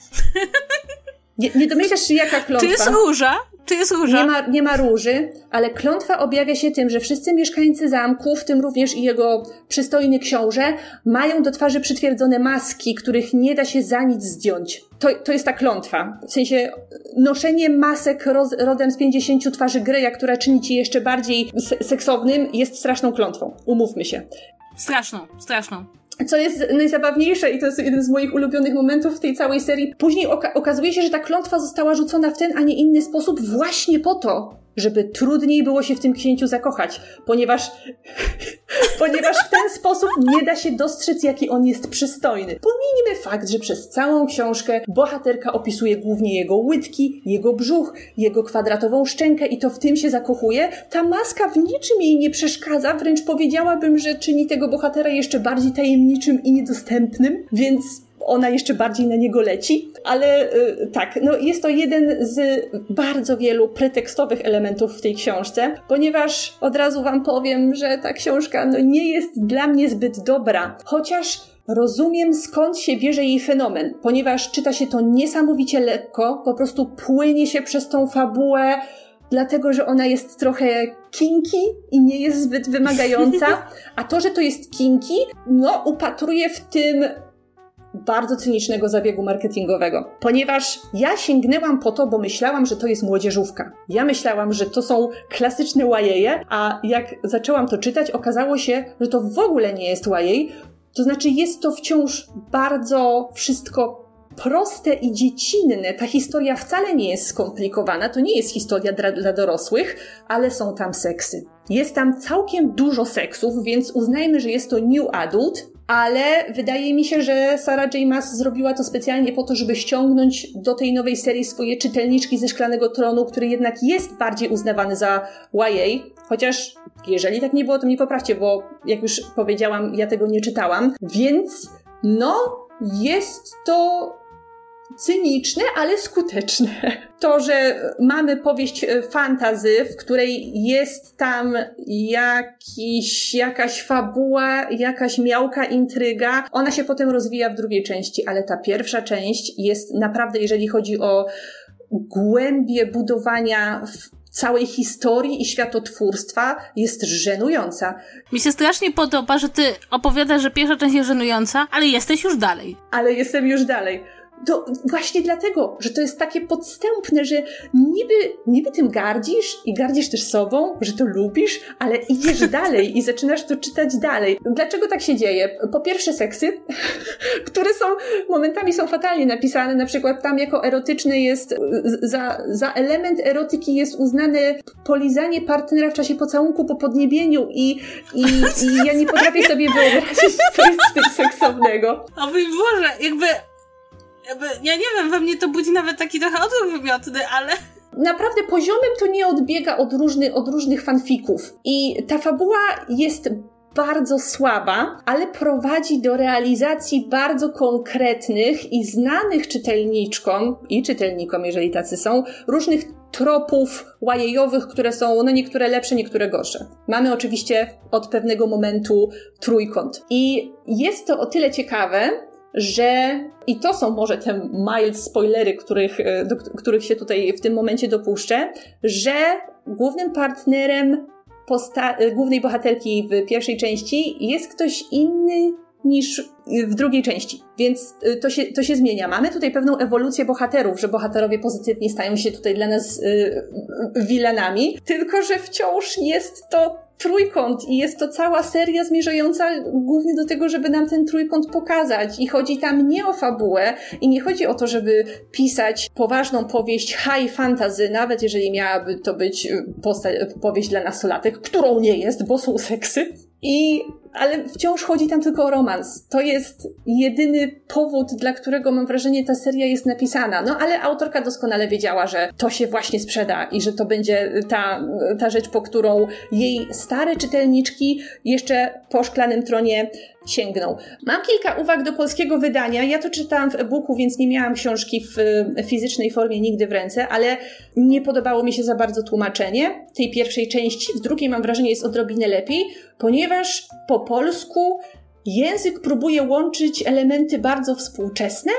Nie domyślasz się, jaka klątwa? Czy jest róża? Czy jest róża? Nie ma róży, ale klątwa objawia się tym, że wszyscy mieszkańcy zamku, w tym również i jego przystojny książę, mają do twarzy przytwierdzone maski, których nie da się za nic zdjąć. To jest ta klątwa. W sensie noszenie masek rodem z 50 twarzy Greya, która czyni ci jeszcze bardziej seksownym, jest straszną klątwą. Umówmy się. Straszną. Co jest najzabawniejsze i to jest jeden z moich ulubionych momentów w tej całej serii, później okazuje się, że ta klątwa została rzucona w ten, a nie inny sposób właśnie po to, żeby trudniej było się w tym księciu zakochać, ponieważ w ten sposób nie da się dostrzec, jaki on jest przystojny. Pomijmy fakt, że przez całą książkę bohaterka opisuje głównie jego łydki, jego brzuch, jego kwadratową szczękę i to w tym się zakochuje. Ta maska w niczym jej nie przeszkadza, wręcz powiedziałabym, że czyni tego bohatera jeszcze bardziej tajemniczym i niedostępnym, więc ona jeszcze bardziej na niego leci, ale tak, no jest to jeden z bardzo wielu pretekstowych elementów w tej książce, ponieważ od razu wam powiem, że ta książka nie jest dla mnie zbyt dobra, chociaż rozumiem, skąd się bierze jej fenomen, ponieważ czyta się to niesamowicie lekko, po prostu płynie się przez tą fabułę, dlatego, że ona jest trochę kinky i nie jest zbyt wymagająca, a to, że to jest kinky, upatruję w tym bardzo cynicznego zabiegu marketingowego. Ponieważ ja sięgnęłam po to, bo myślałam, że to jest młodzieżówka. Ja myślałam, że to są klasyczne YA, a jak zaczęłam to czytać, okazało się, że to w ogóle nie jest YA. To znaczy jest to wciąż bardzo wszystko proste i dziecinne. Ta historia wcale nie jest skomplikowana. To nie jest historia dla dorosłych, ale są tam seksy. Jest tam całkiem dużo seksów, więc uznajmy, że jest to new adult, ale wydaje mi się, że Sarah J. Maas zrobiła to specjalnie po to, żeby ściągnąć do tej nowej serii swoje czytelniczki ze Szklanego Tronu, który jednak jest bardziej uznawany za YA, chociaż jeżeli tak nie było, to mnie poprawcie, bo jak już powiedziałam, ja tego nie czytałam, więc jest to cyniczne, ale skuteczne. To, że mamy powieść fantasy, w której jest tam jakaś fabuła, jakaś miałka intryga, ona się potem rozwija w drugiej części, ale ta pierwsza część jest naprawdę, jeżeli chodzi o głębię budowania całej historii i światotwórstwa, jest żenująca. Mi się strasznie podoba, że ty opowiadasz, że pierwsza część jest żenująca, ale jesteś już dalej. Ale jestem już dalej. To właśnie dlatego, że to jest takie podstępne, że niby tym gardzisz i gardzisz też sobą, że to lubisz, ale idziesz dalej i zaczynasz to czytać dalej. Dlaczego tak się dzieje? Po pierwsze seksy, które momentami są fatalnie napisane, na przykład tam jako erotyczny jest, za element erotyki jest uznane polizanie partnera w czasie pocałunku po podniebieniu i ja nie potrafię sobie wyobrazić, co jest w tym seksownego. O mój Boże, ja nie wiem, we mnie to budzi nawet taki trochę odruch wymiotny, ale... Naprawdę poziomem to nie odbiega od różnych fanfików. I ta fabuła jest bardzo słaba, ale prowadzi do realizacji bardzo konkretnych i znanych czytelniczkom i czytelnikom, jeżeli tacy są, różnych tropów YA-owych, które są, niektóre lepsze, niektóre gorsze. Mamy oczywiście od pewnego momentu trójkąt. I jest to o tyle ciekawe, że i to są może te mild spoilery, których się tutaj w tym momencie dopuszczę, że głównym partnerem głównej bohaterki w pierwszej części jest ktoś inny niż w drugiej części. Więc to się zmienia. Mamy tutaj pewną ewolucję bohaterów, że bohaterowie pozytywnie stają się tutaj dla nas wilanami, tylko że wciąż jest to trójkąt i jest to cała seria zmierzająca głównie do tego, żeby nam ten trójkąt pokazać. I chodzi tam nie o fabułę i nie chodzi o to, żeby pisać poważną powieść high fantasy, nawet jeżeli miałaby to być powieść dla nastolatek, którą nie jest, bo są seksy. Ale wciąż chodzi tam tylko o romans. To jest jedyny powód, dla którego mam wrażenie ta seria jest napisana. No ale autorka doskonale wiedziała, że to się właśnie sprzeda i że to będzie ta rzecz, po którą jej stare czytelniczki jeszcze po Szklanym Tronie sięgną. Mam kilka uwag do polskiego wydania. Ja to czytałam w e-booku, więc nie miałam książki w fizycznej formie nigdy w ręce, ale nie podobało mi się za bardzo tłumaczenie tej pierwszej części. W drugiej mam wrażenie jest odrobinę lepiej, ponieważ po polsku język próbuje łączyć elementy bardzo współczesne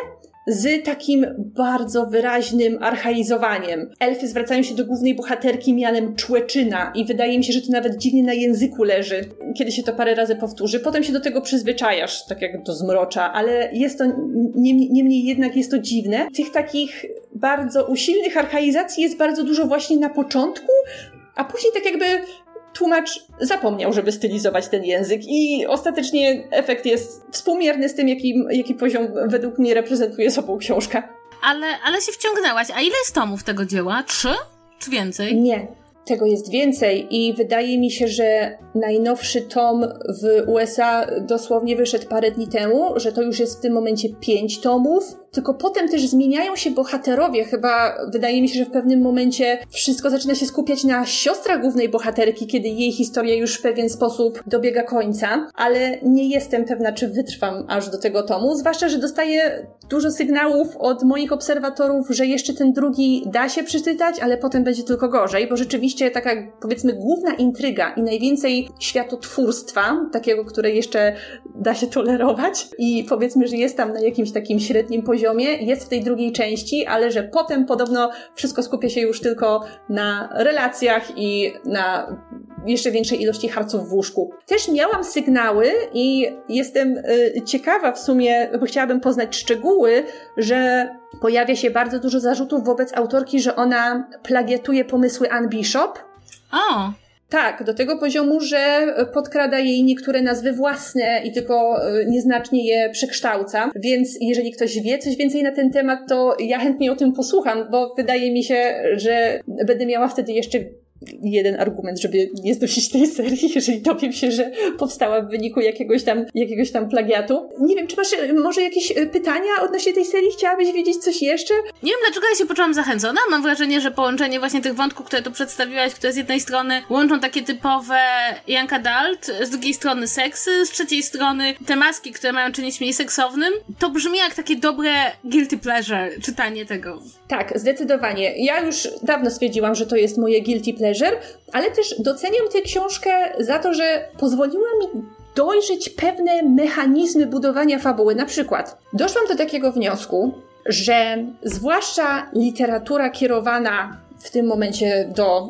z takim bardzo wyraźnym archaizowaniem. Elfy zwracają się do głównej bohaterki mianem człeczyna i wydaje mi się, że to nawet dziwnie na języku leży, kiedy się to parę razy powtórzy. Potem się do tego przyzwyczajasz, tak jak do zmrocza, ale jest to, niemniej jednak jest to dziwne. Tych takich bardzo usilnych archaizacji jest bardzo dużo właśnie na początku, a później tak jakby tłumacz zapomniał, żeby stylizować ten język i ostatecznie efekt jest współmierny z tym, jaki poziom według mnie reprezentuje sobą książka. Ale się wciągnęłaś. A ile jest tomów tego dzieła? 3? Czy więcej? Nie. Tego jest więcej i wydaje mi się, że najnowszy tom w USA dosłownie wyszedł parę dni temu, że to już jest w tym momencie 5 tomów, tylko potem też zmieniają się bohaterowie. Chyba wydaje mi się, że w pewnym momencie wszystko zaczyna się skupiać na siostrach głównej bohaterki, kiedy jej historia już w pewien sposób dobiega końca, ale nie jestem pewna, czy wytrwam aż do tego tomu, zwłaszcza, że dostaję dużo sygnałów od moich obserwatorów, że jeszcze ten drugi da się przeczytać, ale potem będzie tylko gorzej, bo rzeczywiście taka, powiedzmy, główna intryga i najwięcej światotwórstwa, takiego, które jeszcze da się tolerować i powiedzmy, że jest tam na jakimś takim średnim poziomie, jest w tej drugiej części, ale że potem podobno wszystko skupia się już tylko na relacjach i na jeszcze większej ilości harców w łóżku. Też miałam sygnały i jestem ciekawa w sumie, bo chciałabym poznać szczegóły, że pojawia się bardzo dużo zarzutów wobec autorki, że ona plagiatuje pomysły Anne Bishop. O! Tak, do tego poziomu, że podkrada jej niektóre nazwy własne i tylko nieznacznie je przekształca. Więc jeżeli ktoś wie coś więcej na ten temat, to ja chętnie o tym posłucham, bo wydaje mi się, że będę miała wtedy jeszcze jeden argument, żeby nie znosić tej serii, jeżeli dowiem się, że powstała w wyniku jakiegoś tam plagiatu. Nie wiem, czy masz może jakieś pytania odnośnie tej serii? Chciałabyś wiedzieć coś jeszcze? Nie wiem, dlaczego ja się poczułam zachęcona. Mam wrażenie, że połączenie właśnie tych wątków, które tu przedstawiłaś, które z jednej strony łączą takie typowe young adult, z drugiej strony seksy, z trzeciej strony te maski, które mają czynić mniej seksownym, to brzmi jak takie dobre guilty pleasure, czytanie tego. Tak, zdecydowanie. Ja już dawno stwierdziłam, że to jest moje guilty pleasure, ale też doceniam tę książkę za to, że pozwoliła mi dojrzeć pewne mechanizmy budowania fabuły. Na przykład doszłam do takiego wniosku, że zwłaszcza literatura kierowana w tym momencie do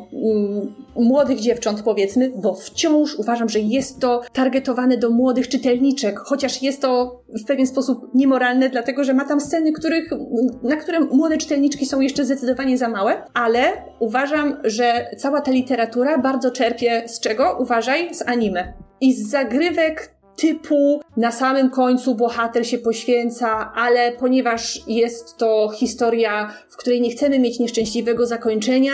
młodych dziewcząt, powiedzmy, bo wciąż uważam, że jest to targetowane do młodych czytelniczek, chociaż jest to w pewien sposób niemoralne, dlatego że ma tam sceny, na które młode czytelniczki są jeszcze zdecydowanie za małe, ale uważam, że cała ta literatura bardzo czerpie z czego? Uważaj, z anime. I z zagrywek typu na samym końcu bohater się poświęca, ale ponieważ jest to historia, w której nie chcemy mieć nieszczęśliwego zakończenia,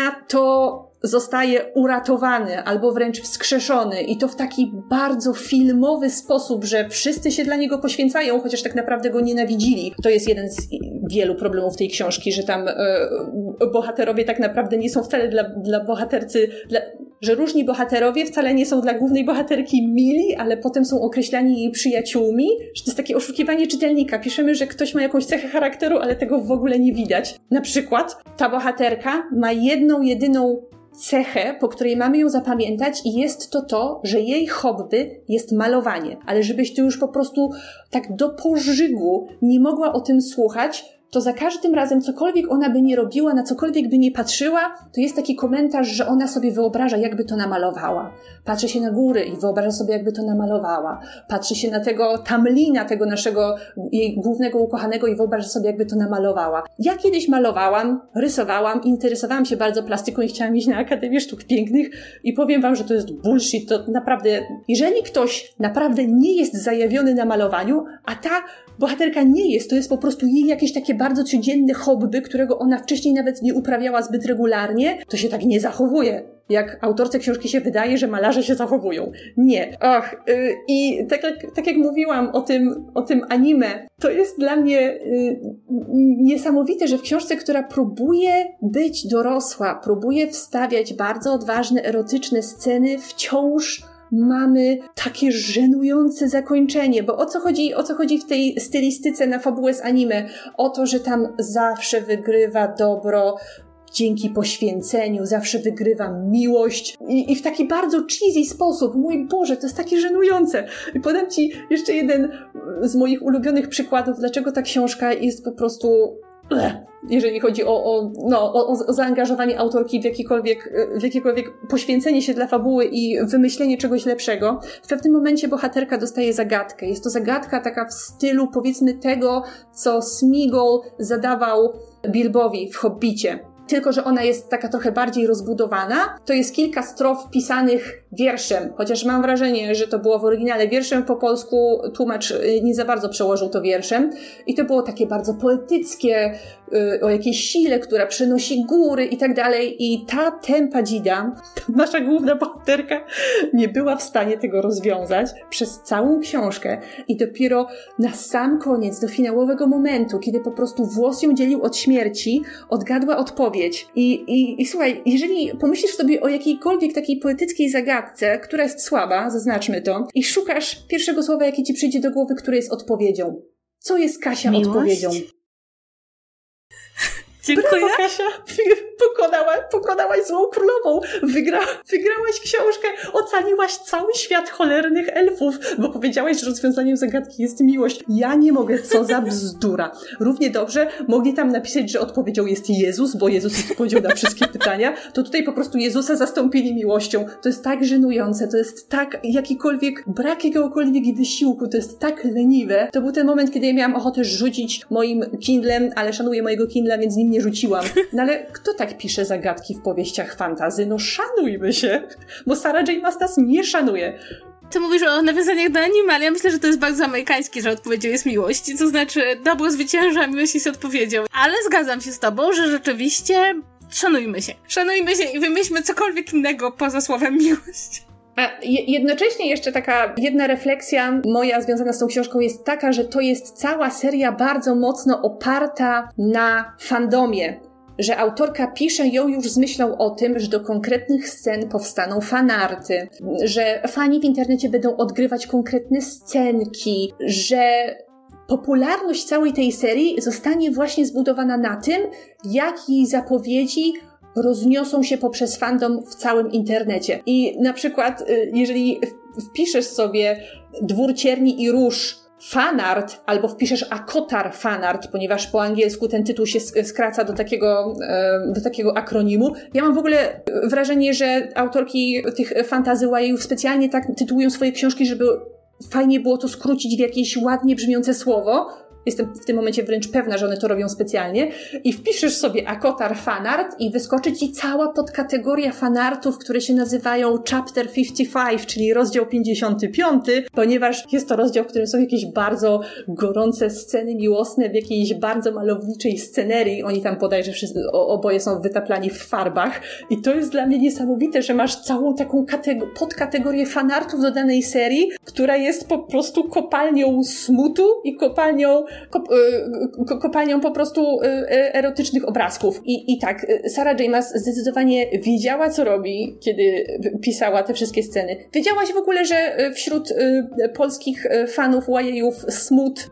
to zostaje uratowany albo wręcz wskrzeszony i to w taki bardzo filmowy sposób, że wszyscy się dla niego poświęcają, chociaż tak naprawdę go nienawidzili. To jest jeden z wielu problemów tej książki, że tam bohaterowie tak naprawdę nie są wcale dla bohatercy, że różni bohaterowie wcale nie są dla głównej bohaterki mili, ale potem są określani jej przyjaciółmi, że to jest takie oszukiwanie czytelnika. Piszemy, że ktoś ma jakąś cechę charakteru, ale tego w ogóle nie widać. Na przykład ta bohaterka ma jedną, jedyną cechę, po której mamy ją zapamiętać i jest to, że jej hobby jest malowanie. Ale żebyś ty już po prostu tak do pożygu nie mogła o tym słuchać, to za każdym razem, cokolwiek ona by nie robiła, na cokolwiek by nie patrzyła, to jest taki komentarz, że ona sobie wyobraża, jakby to namalowała. Patrzy się na góry i wyobraża sobie, jakby to namalowała. Patrzy się na tego Tamlina, tego naszego jej głównego ukochanego i wyobraża sobie, jakby to namalowała. Ja kiedyś malowałam, rysowałam, interesowałam się bardzo plastyką i chciałam iść na Akademię Sztuk Pięknych i powiem wam, że to jest bullshit. To naprawdę, jeżeli ktoś naprawdę nie jest zajawiony na malowaniu, a ta bohaterka nie jest, to jest po prostu jej jakieś takie bardzo codzienne hobby, którego ona wcześniej nawet nie uprawiała zbyt regularnie, to się tak nie zachowuje. Jak autorce książki się wydaje, że malarze się zachowują. Nie. I tak jak mówiłam o tym anime, to jest dla mnie niesamowite, że w książce, która próbuje być dorosła, próbuje wstawiać bardzo odważne, erotyczne sceny, wciąż mamy takie żenujące zakończenie, bo o co chodzi w tej stylistyce na fabułę z anime? O to, że tam zawsze wygrywa dobro dzięki poświęceniu, zawsze wygrywa miłość i w taki bardzo cheesy sposób. Mój Boże, to jest takie żenujące. I podam ci jeszcze jeden z moich ulubionych przykładów, dlaczego ta książka jest po prostu... jeżeli chodzi o zaangażowanie autorki w jakiekolwiek poświęcenie się dla fabuły i wymyślenie czegoś lepszego. W pewnym momencie bohaterka dostaje zagadkę. Jest to zagadka taka w stylu, powiedzmy, tego, co Smeagol zadawał Bilbowi w Hobbicie. Tylko że ona jest taka trochę bardziej rozbudowana. To jest kilka strof pisanych wierszem, chociaż mam wrażenie, że to było w oryginale wierszem, po polsku tłumacz nie za bardzo przełożył to wierszem. I to było takie bardzo poetyckie, o jakiejś sile, która przenosi góry i tak dalej. I ta tempa dzida, nasza główna bohaterka, nie była w stanie tego rozwiązać przez całą książkę. I dopiero na sam koniec, do finałowego momentu, kiedy po prostu włos ją dzielił od śmierci, odgadła odpowiedź. I słuchaj, jeżeli pomyślisz sobie o jakiejkolwiek takiej poetyckiej zagadce, która jest słaba, zaznaczmy to, i szukasz pierwszego słowa, jakie ci przyjdzie do głowy, które jest odpowiedzią. Co jest, Kasia, miłość? Odpowiedzią? Dziękuję. Brawo, Kasia, pokonałaś złą królową, wygrałaś książkę, ocaliłaś cały świat cholernych elfów, bo powiedziałaś, że rozwiązaniem zagadki jest miłość. Ja nie mogę, co za bzdura. Równie dobrze mogli tam napisać, że odpowiedzią jest Jezus, bo Jezus jest odpowiedzią na wszystkie pytania, to tutaj po prostu Jezusa zastąpili miłością. To jest tak żenujące, to jest tak brak jakiegokolwiek wysiłku, to jest tak leniwe. To był ten moment, kiedy ja miałam ochotę rzucić moim Kindlem, ale szanuję mojego Kindla, więc nim nie rzuciłam. No ale kto tak pisze zagadki w powieściach fantasy? No szanujmy się, bo Sarah J. Maas nas nie szanuje. Ty mówisz o nawiązaniach do anime, ale ja myślę, że to jest bardzo amerykańskie, że odpowiedzią jest miłość. To znaczy, dobro zwycięża, miłość jest odpowiedzią. Ale zgadzam się z tobą, że rzeczywiście szanujmy się. Szanujmy się i wymyślmy cokolwiek innego poza słowem miłość. A jednocześnie jeszcze taka jedna refleksja moja związana z tą książką jest taka, że to jest cała seria bardzo mocno oparta na fandomie. Że autorka pisze ją już z myślą o tym, że do konkretnych scen powstaną fanarty, że fani w internecie będą odgrywać konkretne scenki, że popularność całej tej serii zostanie właśnie zbudowana na tym, jak jej zapowiedzi rozniosą się poprzez fandom w całym internecie. I na przykład, jeżeli wpiszesz sobie Dwór Cierni i Róż fanart, albo wpiszesz Akotar fanart, ponieważ po angielsku ten tytuł się skraca do takiego akronimu. Ja mam w ogóle wrażenie, że autorki tych fantasy YA specjalnie tak tytułują swoje książki, żeby fajnie było to skrócić w jakieś ładnie brzmiące słowo. Jestem w tym momencie wręcz pewna, że one to robią specjalnie. I wpiszesz sobie Akotar fanart i wyskoczy ci cała podkategoria fanartów, które się nazywają Chapter 55, czyli rozdział 55, ponieważ jest to rozdział, w którym są jakieś bardzo gorące sceny miłosne w jakiejś bardzo malowniczej scenerii. Oni tam bodajże oboje są wytaplani w farbach. I to jest dla mnie niesamowite, że masz całą taką podkategorię fanartów do danej serii, która jest po prostu kopalnią smutu i kopalnią kopalnią po prostu erotycznych obrazków. I tak, Sarah J. Maas zdecydowanie wiedziała, co robi, kiedy pisała te wszystkie sceny. Wiedziałaś w ogóle, że wśród polskich fanów YA-ów smut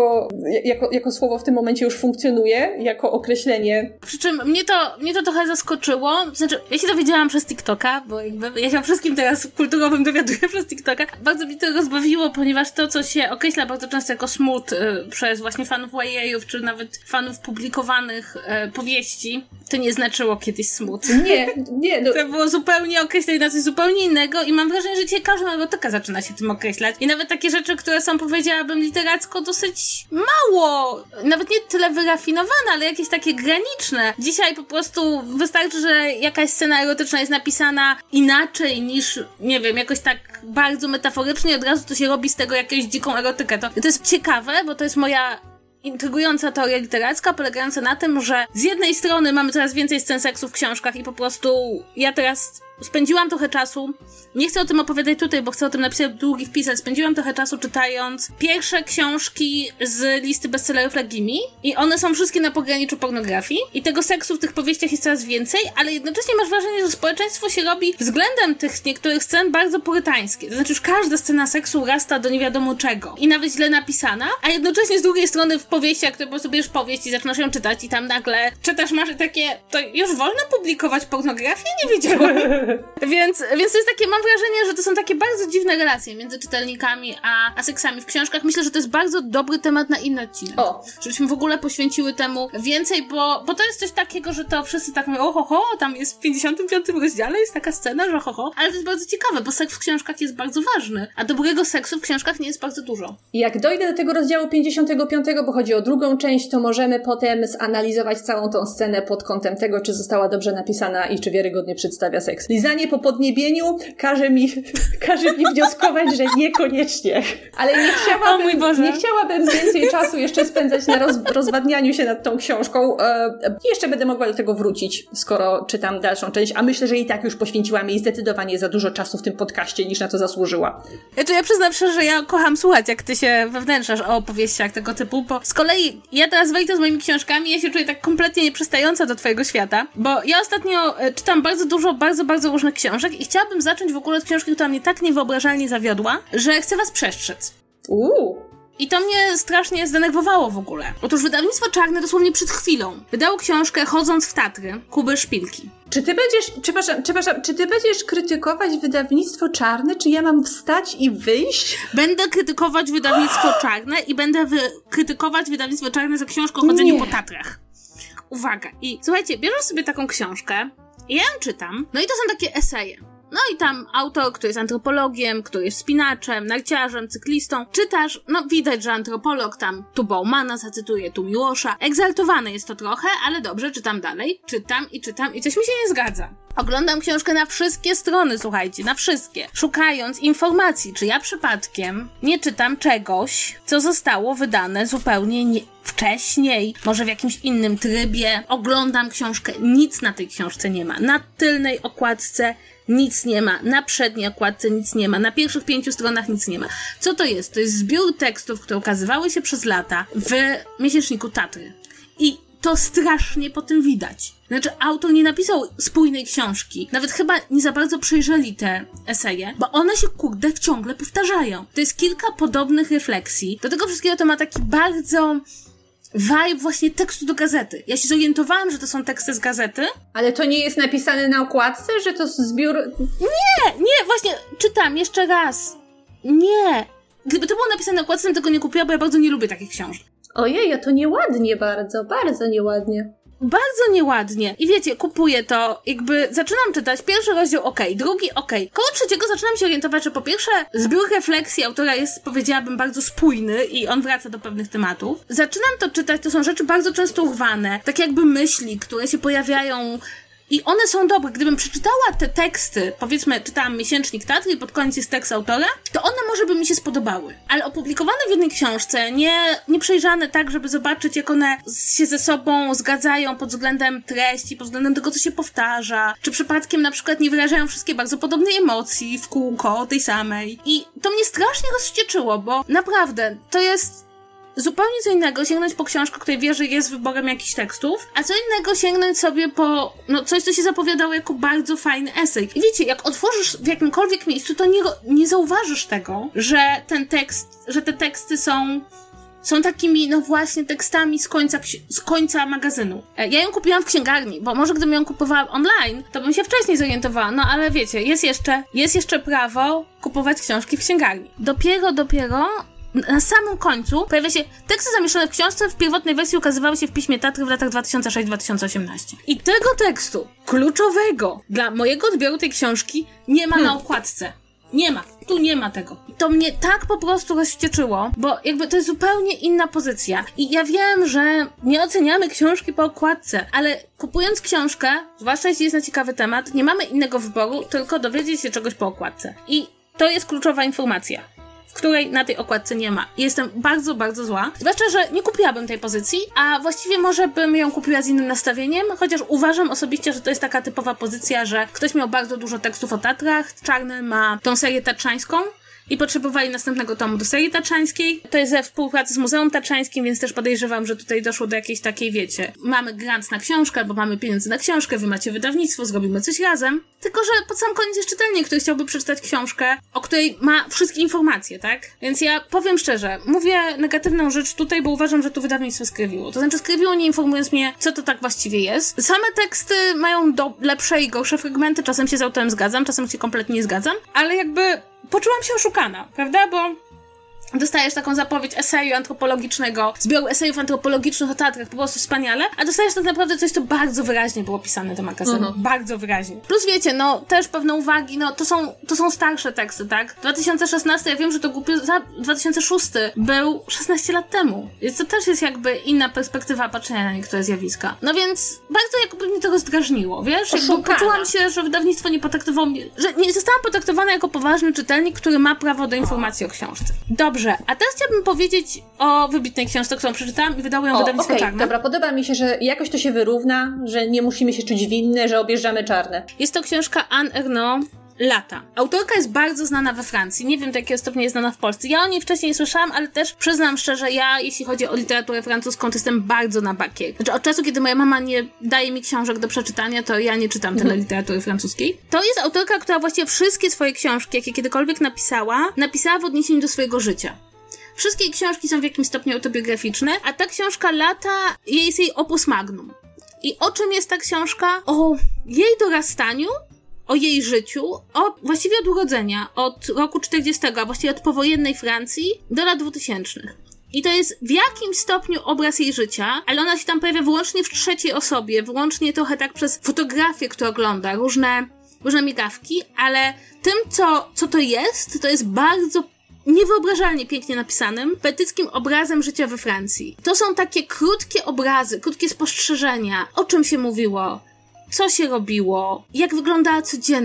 jako słowo w tym momencie już funkcjonuje, jako określenie. Przy czym mnie to trochę zaskoczyło. Znaczy, ja się dowiedziałam przez TikToka, bo jakby ja się o wszystkim teraz kulturowym dowiaduję przez TikToka. Bardzo mi to rozbawiło, ponieważ to, co się określa bardzo często jako smut przez właśnie fanów YA-ów, czy nawet fanów publikowanych powieści, to nie znaczyło kiedyś smut. Nie. No. To było zupełnie określenie na coś zupełnie innego i mam wrażenie, że dzisiaj każda erotyka zaczyna się tym określać. I nawet takie rzeczy, które są, powiedziałabym, literacko dosyć mało, nawet nie tyle wyrafinowane, ale jakieś takie graniczne. Dzisiaj po prostu wystarczy, że jakaś scena erotyczna jest napisana inaczej niż, nie wiem, jakoś tak bardzo metaforycznie, od razu to się robi z tego jakąś dziką erotykę. To jest ciekawe, bo to jest moja intrygująca teoria literacka, polegająca na tym, że z jednej strony mamy coraz więcej scen seksu w książkach i po prostu ja teraz spędziłam trochę czasu, nie chcę o tym opowiadać tutaj, bo chcę o tym napisać długi wpis, ale spędziłam trochę czasu czytając pierwsze książki z listy bestsellerów Legimi i one są wszystkie na pograniczu pornografii i tego seksu w tych powieściach jest coraz więcej, ale jednocześnie masz wrażenie, że społeczeństwo się robi względem tych niektórych scen bardzo purytańskie. To znaczy już każda scena seksu rasta do nie wiadomo czego i nawet źle napisana, a jednocześnie z drugiej strony w powieściach, które po prostu bierzesz powieść i zaczynasz ją czytać i tam nagle czytasz, masz takie, to już wolno publikować pornografię? Nie wiedziałam. Więc to jest takie, mam wrażenie, że to są takie bardzo dziwne relacje między czytelnikami a seksami w książkach. Myślę, że to jest bardzo dobry temat na inny odcinek. Żebyśmy w ogóle poświęciły temu więcej, bo to jest coś takiego, że to wszyscy tak mówią, tam jest w 55 rozdziale jest taka scena, że ale to jest bardzo ciekawe, bo seks w książkach jest bardzo ważny, a dobrego seksu w książkach nie jest bardzo dużo. Jak dojdę do tego rozdziału 55, bo chodzi o drugą część, to możemy potem zanalizować całą tą scenę pod kątem tego, czy została dobrze napisana i czy wiarygodnie przedstawia seks. Lizanie po podniebieniu każe mi wnioskować, że niekoniecznie. Ale nie chciałabym więcej czasu jeszcze spędzać na rozwadnianiu się nad tą książką. Jeszcze będę mogła do tego wrócić, skoro czytam dalszą część, a myślę, że i tak już poświęciłam jej zdecydowanie za dużo czasu w tym podcaście, niż na to zasłużyła. Ja przyznam szczerze, że ja kocham słuchać, jak ty się wewnętrzasz o opowieściach tego typu, bo z kolei ja teraz wejdę z moimi książkami, ja się czuję tak kompletnie nieprzystająca do twojego świata, bo ja ostatnio czytam bardzo dużo, bardzo różnych książek i chciałabym zacząć w ogóle od książki, która mnie tak niewyobrażalnie zawiodła, że chcę was przestrzec. I to mnie strasznie zdenerwowało w ogóle. Otóż wydawnictwo Czarne dosłownie przed chwilą wydało książkę Chodząc w Tatry Kuby Szpilki. Czy ty będziesz krytykować wydawnictwo Czarne? Czy ja mam wstać i wyjść? Będę krytykować wydawnictwo Czarne i będę krytykować wydawnictwo Czarne za książkę o chodzeniu po Tatrach. Uwaga. I słuchajcie, bierzesz sobie taką książkę i ja ją czytam, no i to są takie eseje. No i tam autor, który jest antropologiem, który jest wspinaczem, narciarzem, cyklistą. Czytasz, no widać, że antropolog tam tu Baumana zacytuje, tu Miłosza. Egzaltowane jest to trochę, ale dobrze, czytam dalej. Czytam i coś mi się nie zgadza. Oglądam książkę na wszystkie strony, słuchajcie, na wszystkie. Szukając informacji, czy ja przypadkiem nie czytam czegoś, co zostało wydane zupełnie wcześniej, może w jakimś innym trybie. Oglądam książkę, nic na tej książce nie ma. Na tylnej okładce nic nie ma, na przedniej okładce nic nie ma, na pierwszych 5 stronach nic nie ma. Co to jest? To jest zbiór tekstów, które ukazywały się przez lata w miesięczniku Tatry. I to strasznie po tym widać. Znaczy, autor nie napisał spójnej książki. Nawet chyba nie za bardzo przejrzeli te eseje, bo one się, ciągle powtarzają. To jest kilka podobnych refleksji. Do tego wszystkiego to ma taki bardzo vibe właśnie tekstu do gazety. Ja się zorientowałam, że to są teksty z gazety. Ale to nie jest napisane na okładce, że to zbiór... Nie, właśnie czytam jeszcze raz. Nie. Gdyby to było napisane na okładce, to tego nie kupiła, bo ja bardzo nie lubię takich książek. Ojej, a to nieładnie bardzo nieładnie. Bardzo nieładnie. I wiecie, kupuję to, jakby zaczynam czytać, pierwszy rozdział drugi koło trzeciego zaczynam się orientować, że po pierwsze zbiór refleksji autora jest, powiedziałabym, bardzo spójny i on wraca do pewnych tematów. Zaczynam to czytać, to są rzeczy bardzo często urwane, tak jakby myśli, które się pojawiają i one są dobre. Gdybym przeczytała te teksty, powiedzmy, czytałam miesięcznik Tatry i pod koniec jest tekst autora, to one może by mi się spodobały. Ale opublikowane w jednej książce, nie przejrzane tak, żeby zobaczyć, jak one się ze sobą zgadzają pod względem treści, pod względem tego, co się powtarza, czy przypadkiem na przykład nie wyrażają wszystkie bardzo podobnej emocji w kółko tej samej. I to mnie strasznie rozwścieczyło, bo naprawdę, to jest zupełnie co innego sięgnąć po książkę, której wiesz, że jest wyborem jakichś tekstów, a co innego sięgnąć sobie po, coś, co się zapowiadało jako bardzo fajny esej. I wiecie, jak otworzysz w jakimkolwiek miejscu, to nie zauważysz tego, że te teksty są takimi, właśnie, tekstami z końca magazynu. Ja ją kupiłam w księgarni, bo może gdybym ją kupowała online, to bym się wcześniej zorientowała, ale wiecie, jest jeszcze prawo kupować książki w księgarni. Dopiero na samym końcu pojawia się teksty zamieszczone w książce, w pierwotnej wersji ukazywały się w Piśmie Tatry w latach 2006-2018. I tego tekstu, kluczowego dla mojego odbioru tej książki, nie ma na okładce. Tu nie ma tego. I to mnie tak po prostu rozwścieczyło, bo jakby to jest zupełnie inna pozycja. I ja wiem, że nie oceniamy książki po okładce, ale kupując książkę, zwłaszcza jeśli jest na ciekawy temat, nie mamy innego wyboru, tylko dowiedzieć się czegoś po okładce. I to jest kluczowa informacja, której na tej okładce nie ma. I jestem bardzo, bardzo zła. Zwłaszcza, że nie kupiłabym tej pozycji, a właściwie może bym ją kupiła z innym nastawieniem, chociaż uważam osobiście, że to jest taka typowa pozycja, że ktoś miał bardzo dużo tekstów o Tatrach, Czarny ma tą serię tatrzańską i potrzebowali następnego tomu do serii tatrzańskiej. To jest we współpracy z Muzeum Tatrzańskim, więc też podejrzewam, że tutaj doszło do jakiejś takiej, wiecie, mamy grant na książkę, albo mamy pieniądze na książkę, wy macie wydawnictwo, zrobimy coś razem. Tylko że pod sam koniec jest czytelnik, który chciałby przeczytać książkę, o której ma wszystkie informacje, tak? Więc ja powiem szczerze, mówię negatywną rzecz tutaj, bo uważam, że tu wydawnictwo skrywiło. To znaczy skrywiło, nie informując mnie, co to tak właściwie jest. Same teksty mają lepsze i gorsze fragmenty, czasem się z autorem zgadzam, czasem się kompletnie nie zgadzam, ale jakby poczułam się oszukana, prawda? Bo dostajesz taką zapowiedź eseju antropologicznego, zbioru esejów antropologicznych o Tatrach, po prostu wspaniale, a dostajesz tak naprawdę coś, co bardzo wyraźnie było pisane do magazynu. Bardzo wyraźnie. Plus wiecie, też pewne uwagi, to są starsze teksty, tak? 2016, ja wiem, że to głupio, 2006 był 16 lat temu. Więc to też jest jakby inna perspektywa patrzenia na niektóre zjawiska. No więc bardzo jakby mnie to rozdrażniło, wiesz? Jakby poczułam się, że wydawnictwo nie potraktowało mnie, że nie zostałam potraktowana jako poważny czytelnik, który ma prawo do informacji o książce. Dobrze, a teraz chciałabym powiedzieć o wybitnej książce, którą przeczytałam i wydało ją wydawnictwo Czarne. Dobra, podoba mi się, że jakoś to się wyrówna, że nie musimy się czuć winne, że objeżdżamy Czarne. Jest to książka Anne Ernaux, Lata. Autorka jest bardzo znana we Francji. Nie wiem, do jakiego stopnia jest znana w Polsce. Ja o niej wcześniej nie słyszałam, ale też przyznam szczerze, jeśli chodzi o literaturę francuską, to jestem bardzo na bakier. Znaczy, od czasu, kiedy moja mama nie daje mi książek do przeczytania, to ja nie czytam tyle literatury francuskiej. To jest autorka, która właściwie wszystkie swoje książki, jakie kiedykolwiek napisała w odniesieniu do swojego życia. Wszystkie książki są w jakimś stopniu autobiograficzne, a ta książka Lata jest jej opus magnum. I o czym jest ta książka? O jej dorastaniu, o jej życiu, właściwie od urodzenia, od roku 40, a właściwie od powojennej Francji do lat 2000. I to jest w jakimś stopniu obraz jej życia, ale ona się tam pojawia wyłącznie w trzeciej osobie, wyłącznie trochę tak przez fotografię, które ogląda, różne migawki, ale tym, co to jest bardzo niewyobrażalnie pięknie napisanym, poetyckim obrazem życia we Francji. To są takie krótkie obrazy, krótkie spostrzeżenia, o czym się mówiło, co się robiło, jak wyglądała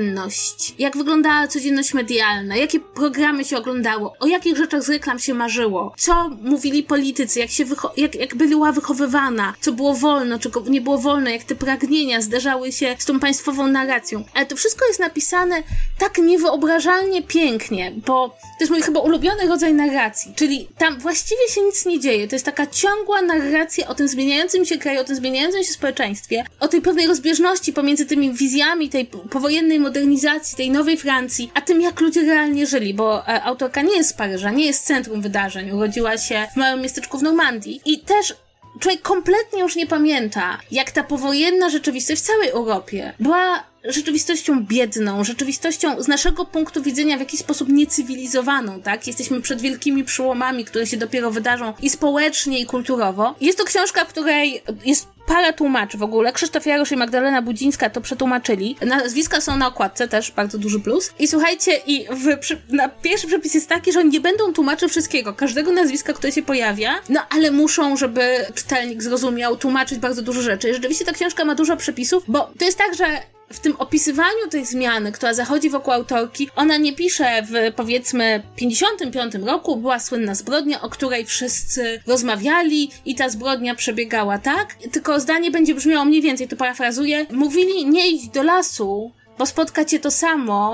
codzienność medialna, jakie programy się oglądało, o jakich rzeczach z reklam się marzyło, co mówili politycy, jak była wychowywana, co było wolno, czego nie było wolno, jak te pragnienia zderzały się z tą państwową narracją. Ale to wszystko jest napisane tak niewyobrażalnie pięknie, bo to jest mój chyba ulubiony rodzaj narracji, czyli tam właściwie się nic nie dzieje, to jest taka ciągła narracja o tym zmieniającym się kraju, o tym zmieniającym się społeczeństwie, o tej pewnej rozbieżności pomiędzy tymi wizjami tej powojennej modernizacji, tej nowej Francji, a tym, jak ludzie realnie żyli, bo autorka nie jest z Paryża, nie jest centrum wydarzeń, urodziła się w małym miasteczku w Normandii i też człowiek kompletnie już nie pamięta, jak ta powojenna rzeczywistość w całej Europie była rzeczywistością biedną, rzeczywistością z naszego punktu widzenia w jakiś sposób niecywilizowaną, tak? Jesteśmy przed wielkimi przełomami, które się dopiero wydarzą i społecznie, i kulturowo. Jest to książka, w której jest para tłumaczy w ogóle. Krzysztof Jarosz i Magdalena Budzińska to przetłumaczyli. Nazwiska są na okładce, też bardzo duży plus. I słuchajcie, pierwszy przepis jest taki, że oni nie będą tłumaczyć wszystkiego, każdego nazwiska, które się pojawia, ale muszą, żeby czytelnik zrozumiał, tłumaczyć bardzo dużo rzeczy. I rzeczywiście ta książka ma dużo przepisów, bo to jest tak, że w tym opisywaniu tej zmiany, która zachodzi wokół autorki, ona nie pisze w, powiedzmy, 55 roku była słynna zbrodnia, o której wszyscy rozmawiali i ta zbrodnia przebiegała tak, tylko zdanie będzie brzmiało mniej więcej, to parafrazuję, mówili nie idź do lasu, bo spotka cię to samo,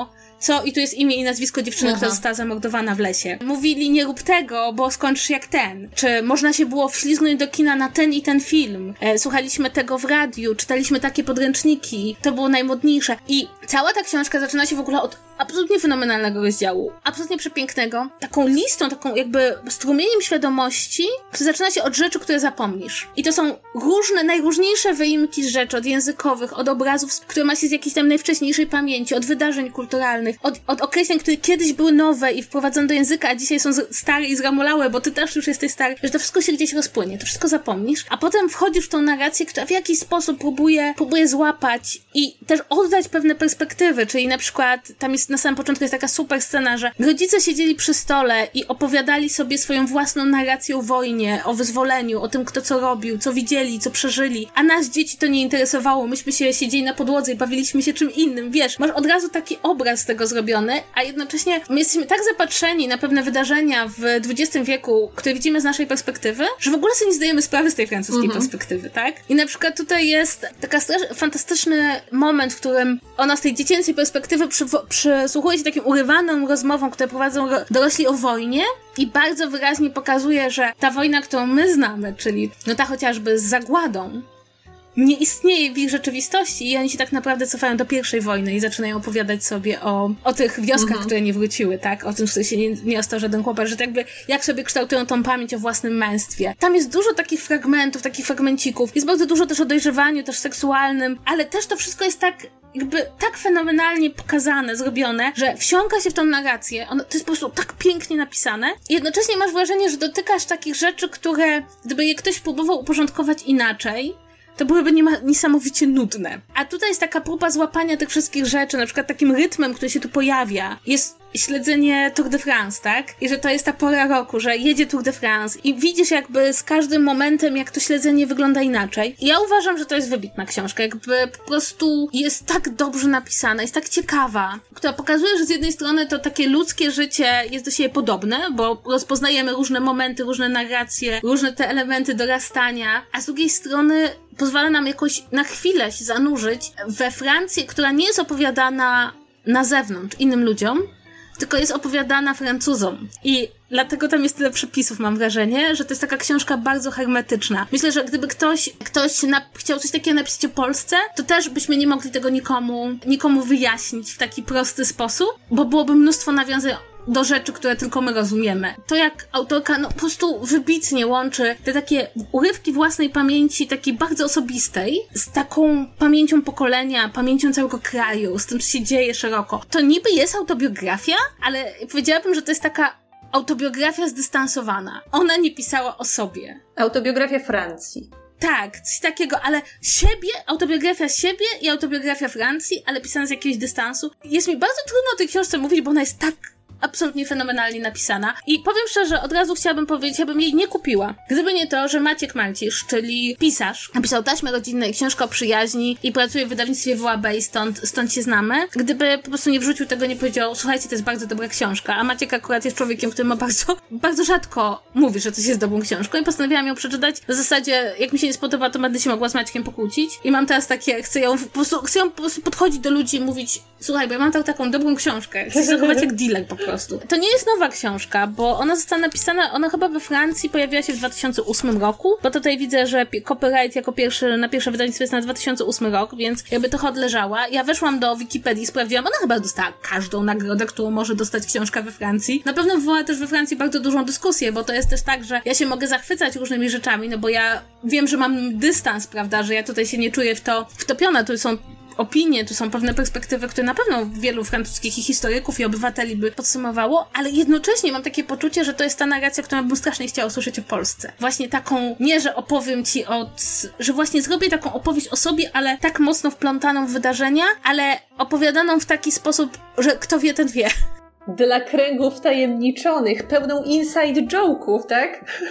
i tu jest imię i nazwisko dziewczyny, która została zamordowana w lesie. Mówili, nie rób tego, bo skończysz jak ten. Czy można się było wślizgnąć do kina na ten i ten film. Słuchaliśmy tego w radiu, czytaliśmy takie podręczniki. To było najmodniejsze. I cała ta książka zaczyna się w ogóle od absolutnie fenomenalnego rozdziału. Absolutnie przepięknego. Taką listą, taką jakby strumieniem świadomości, który zaczyna się od rzeczy, które zapomnisz. I to są różne, najróżniejsze wyimki z rzeczy, od językowych, od obrazów, które ma się z jakiejś tam najwcześniejszej pamięci, od wydarzeń kulturalnych, od określeń, które kiedyś były nowe i wprowadzone do języka, a dzisiaj są stare i zramolałe, bo ty też już jesteś stary, że to wszystko się gdzieś rozpłynie, to wszystko zapomnisz, a potem wchodzisz w tą narrację, która w jakiś sposób próbuje złapać i też oddać pewne perspektywy, czyli na przykład tam jest na samym początku jest taka super scena, że rodzice siedzieli przy stole i opowiadali sobie swoją własną narrację o wojnie, o wyzwoleniu, o tym, kto co robił, co widzieli, co przeżyli, a nas dzieci to nie interesowało, myśmy się siedzieli na podłodze i bawiliśmy się czym innym, wiesz, masz od razu taki obraz z tego zrobiony, a jednocześnie my jesteśmy tak zapatrzeni na pewne wydarzenia w XX wieku, które widzimy z naszej perspektywy, że w ogóle sobie nie zdajemy sprawy z tej francuskiej perspektywy, tak? I na przykład tutaj jest taka fantastyczny moment, w którym ona z tej dziecięcej perspektywy przysłuchuje się takim urywanym rozmowom, które prowadzą dorośli o wojnie i bardzo wyraźnie pokazuje, że ta wojna, którą my znamy, czyli no ta chociażby z zagładą, nie istnieje w ich rzeczywistości i oni się tak naprawdę cofają do pierwszej wojny i zaczynają opowiadać sobie o tych wioskach, które nie wróciły, tak? O tym, że się nie ostał żaden chłopak, że tak jakby jak sobie kształtują tą pamięć o własnym męstwie. Tam jest dużo takich fragmentów, takich fragmencików. Jest bardzo dużo też o dojrzewaniu, też seksualnym, ale też to wszystko jest tak fenomenalnie pokazane, zrobione, że wsiąka się w tą narrację, to jest po prostu tak pięknie napisane i jednocześnie masz wrażenie, że dotykasz takich rzeczy, które gdyby je ktoś próbował uporządkować inaczej, to byłyby niesamowicie nudne. A tutaj jest taka próba złapania tych wszystkich rzeczy, na przykład takim rytmem, który się tu pojawia, jest śledzenie Tour de France, tak? I że to jest ta pora roku, że jedzie Tour de France i widzisz jakby z każdym momentem, jak to śledzenie wygląda inaczej. I ja uważam, że to jest wybitna książka, jakby po prostu jest tak dobrze napisana, jest tak ciekawa, która pokazuje, że z jednej strony to takie ludzkie życie jest do siebie podobne, bo rozpoznajemy różne momenty, różne narracje, różne te elementy dorastania, a z drugiej strony pozwala nam jakoś na chwilę się zanurzyć we Francję, która nie jest opowiadana na zewnątrz innym ludziom, tylko jest opowiadana Francuzom. I dlatego tam jest tyle przepisów, mam wrażenie, że to jest taka książka bardzo hermetyczna. Myślę, że gdyby ktoś chciał coś takiego napisać o Polsce, to też byśmy nie mogli tego nikomu wyjaśnić w taki prosty sposób, bo byłoby mnóstwo nawiązań do rzeczy, które tylko my rozumiemy. To jak autorka po prostu wybitnie łączy te takie urywki własnej pamięci, takiej bardzo osobistej, z taką pamięcią pokolenia, pamięcią całego kraju, z tym, co się dzieje szeroko. To niby jest autobiografia, ale powiedziałabym, że to jest taka autobiografia zdystansowana. Ona nie pisała o sobie. Autobiografia Francji. Tak, coś takiego, ale autobiografia siebie i autobiografia Francji, ale pisana z jakiegoś dystansu. Jest mi bardzo trudno o tej książce mówić, bo ona jest tak absolutnie fenomenalnie napisana. I powiem szczerze, od razu chciałabym powiedzieć, ja bym jej nie kupiła. Gdyby nie to, że Maciek Malcisz, czyli pisarz, napisał Taśmy rodzinne i książkę o przyjaźni i pracuje w wydawnictwie WAB i stąd się znamy. Gdyby po prostu nie wrzucił tego, nie powiedział, słuchajcie, to jest bardzo dobra książka, a Maciek akurat jest człowiekiem, który ma bardzo rzadko mówi, że coś jest dobrą książką i postanowiłam ją przeczytać. W zasadzie, jak mi się nie spodoba, to będę się mogła z Maćkiem pokłócić i mam teraz takie, chcę ją po prostu podchodzić do ludzi i mówić, słuchaj, bo ja mam taką dobrą książkę, chcę się zachować jak dealer po prostu. To nie jest nowa książka, bo ona została napisana, ona chyba we Francji pojawiła się w 2008 roku, bo tutaj widzę, że copyright na pierwsze wydawnictwo jest na 2008 rok, więc jakby trochę odleżała. Ja weszłam do Wikipedii, sprawdziłam, ona chyba dostała każdą nagrodę, którą może dostać książka we Francji. Na pewno wywoła też we Francji bardzo dużą dyskusję, bo to jest też tak, że ja się mogę zachwycać różnymi rzeczami, no bo ja wiem, że mam dystans, prawda, że ja tutaj się nie czuję w to wtopiona, tu są opinie, tu są pewne perspektywy, które na pewno wielu francuskich historyków i obywateli by podsumowało, ale jednocześnie mam takie poczucie, że to jest ta narracja, którą bym strasznie chciała usłyszeć o Polsce. Właśnie taką, nie że opowiem ci że właśnie zrobię taką opowieść o sobie, ale tak mocno wplątaną w wydarzenia, ale opowiadaną w taki sposób, że kto wie, ten wie. Dla kręgów tajemniczonych, pełną inside joke'ów, tak?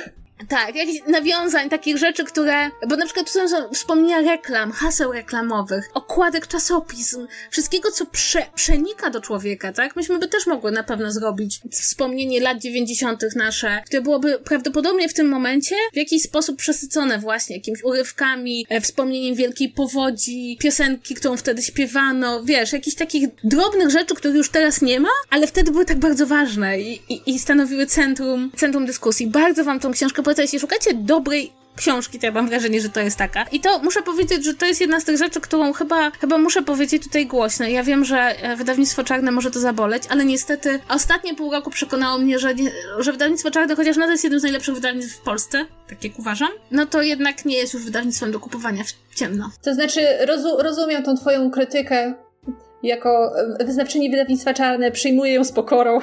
Tak, jakichś nawiązań, takich rzeczy, które... Bo na przykład tu są wspomnienia reklam, haseł reklamowych, okładek czasopism, wszystkiego, co przenika do człowieka, tak? Myśmy by też mogły na pewno zrobić wspomnienie lat 90. nasze, które byłoby prawdopodobnie w tym momencie w jakiś sposób przesycone właśnie jakimiś urywkami, wspomnieniem wielkiej powodzi, piosenki, którą wtedy śpiewano, wiesz, jakichś takich drobnych rzeczy, których już teraz nie ma, ale wtedy były tak bardzo ważne i stanowiły centrum dyskusji. Bardzo wam tą książkę polecam, jeśli szukacie dobrej książki, to ja mam wrażenie, że to jest taka. I to muszę powiedzieć, że to jest jedna z tych rzeczy, którą chyba muszę powiedzieć tutaj głośno. Ja wiem, że wydawnictwo Czarne może to zaboleć, ale niestety ostatnie pół roku przekonało mnie, że wydawnictwo Czarne, chociaż nadal jest jednym z najlepszych wydawnictw w Polsce, tak jak uważam, no to jednak nie jest już wydawnictwem do kupowania w ciemno. To znaczy, rozumiem tą twoją krytykę. Jako wyznawczyni wydawnictwa Czarne przyjmuję ją z pokorą.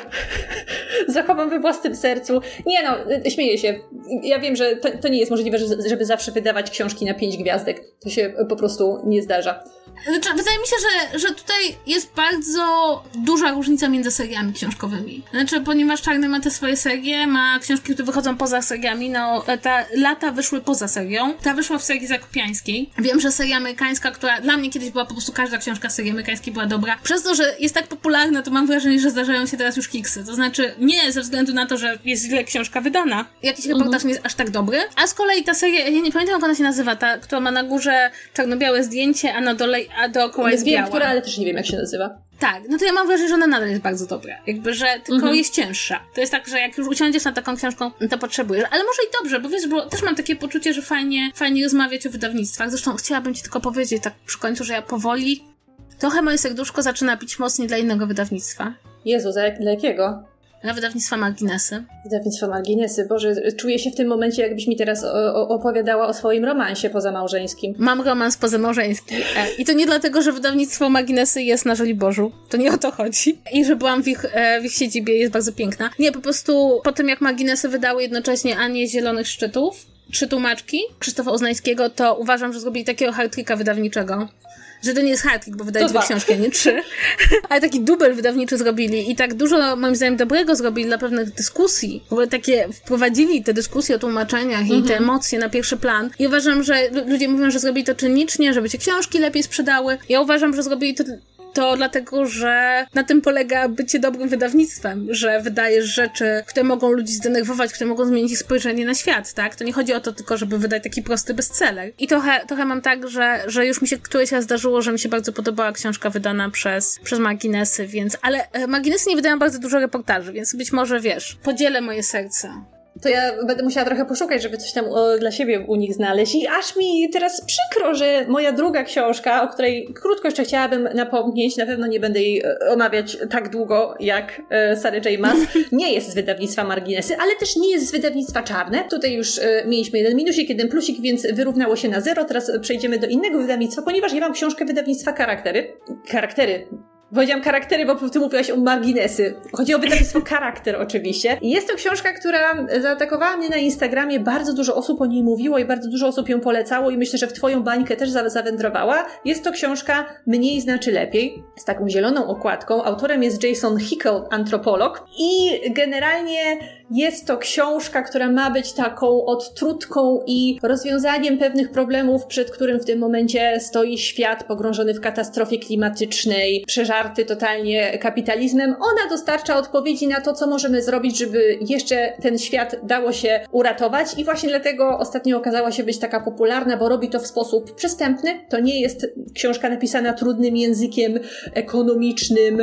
Zachowam we własnym sercu. Nie no, śmieję się. Ja wiem, że to nie jest możliwe, żeby zawsze wydawać książki na 5 gwiazdek. To się po prostu nie zdarza. Znaczy, wydaje mi się, że tutaj jest bardzo duża różnica między seriami książkowymi. Znaczy, ponieważ Czarny ma te swoje serie, ma książki, które wychodzą poza seriami, no lata wyszły poza serią. Ta wyszła w serii zakopiańskiej. Wiem, że seria amerykańska, która dla mnie kiedyś była po prostu każda książka serii amerykańskiej była dobra. Przez to, że jest tak popularna, to mam wrażenie, że zdarzają się teraz już kiksy. To znaczy, nie ze względu na to, że jest źle książka wydana. Jakiś reportaż nie jest aż tak dobry. A z kolei ta seria, ja nie pamiętam jak ona się nazywa, ta, która ma na górze czarno-białe zdjęcie, a na dole, a dookoła jest biała. Wiem, która, ale też nie wiem jak się nazywa. Tak, no to ja mam wrażenie, że ona nadal jest bardzo dobra. Jakby, że tylko jest cięższa. To jest tak, że jak już usiądziesz nad taką książką, to potrzebujesz. Ale może i dobrze, bo wiesz, bo też mam takie poczucie, że fajnie rozmawiać o wydawnictwach. Zresztą chciałabym ci tylko powiedzieć tak przy końcu, że ja powoli trochę moje serduszko zaczyna bić mocniej dla innego wydawnictwa. Jezu, dla jakiego? Dla wydawnictwa Marginesy. Wydawnictwo Marginesy. Boże, czuję się w tym momencie, jakbyś mi teraz opowiadała o swoim romansie pozamałżeńskim. Mam romans pozamałżeński. I to nie dlatego, że wydawnictwo Marginesy jest na Żoliborzu. To nie o to chodzi. I że byłam w ich siedzibie, jest bardzo piękna. Nie, po prostu po tym, jak Marginesy wydały jednocześnie Anię Zielonych Szczytów, 3 tłumaczki Krzysztofa Uznańskiego, to uważam, że zrobili takiego hard-tricka wydawniczego. Że to nie jest hard-trick, bo wydaje 2 książki, a nie 3. Ale taki dubel wydawniczy zrobili i tak dużo, moim zdaniem, dobrego zrobili dla pewnych dyskusji. W ogóle takie wprowadzili te dyskusje o tłumaczeniach i te emocje na pierwszy plan. I uważam, że ludzie mówią, że zrobili to czynnicznie, żeby się książki lepiej sprzedały. Ja uważam, że zrobili to dlatego, że na tym polega bycie dobrym wydawnictwem, że wydajesz rzeczy, które mogą ludzi zdenerwować, które mogą zmienić ich spojrzenie na świat, tak? To nie chodzi o to tylko, żeby wydać taki prosty bestseller. I trochę mam tak, że już mi się któreś raz zdarzyło, że mi się bardzo podobała książka wydana przez Marginesy, więc... Ale Marginesy nie wydają bardzo dużo reportaży, więc być może, wiesz, podzielę moje serce. To ja będę musiała trochę poszukać, żeby coś tam dla siebie u nich znaleźć. I aż mi teraz przykro, że moja druga książka, o której krótko jeszcze chciałabym napomnieć, na pewno nie będę jej omawiać tak długo jak Sarah J. Maas, nie jest z wydawnictwa Marginesy, ale też nie jest z wydawnictwa Czarne. Tutaj już mieliśmy jeden minusik, jeden plusik, więc wyrównało się na 0. Teraz przejdziemy do innego wydawnictwa, ponieważ ja mam książkę wydawnictwa Charaktery. Powiedziałam charaktery, bo ty mówiłaś o Marginesy. Chodzi o wydawnictwo Charakter oczywiście. I jest to książka, która zaatakowała mnie na Instagramie. Bardzo dużo osób o niej mówiło i bardzo dużo osób ją polecało i myślę, że w twoją bańkę też zawędrowała. Jest to książka Mniej znaczy lepiej, z taką zieloną okładką. Autorem jest Jason Hickel, antropolog. I generalnie jest to książka, która ma być taką odtrutką i rozwiązaniem pewnych problemów, przed którym w tym momencie stoi świat pogrążony w katastrofie klimatycznej, przeżarty totalnie kapitalizmem. Ona dostarcza odpowiedzi na to, co możemy zrobić, żeby jeszcze ten świat dało się uratować i właśnie dlatego ostatnio okazała się być taka popularna, bo robi to w sposób przystępny. To nie jest książka napisana trudnym językiem ekonomicznym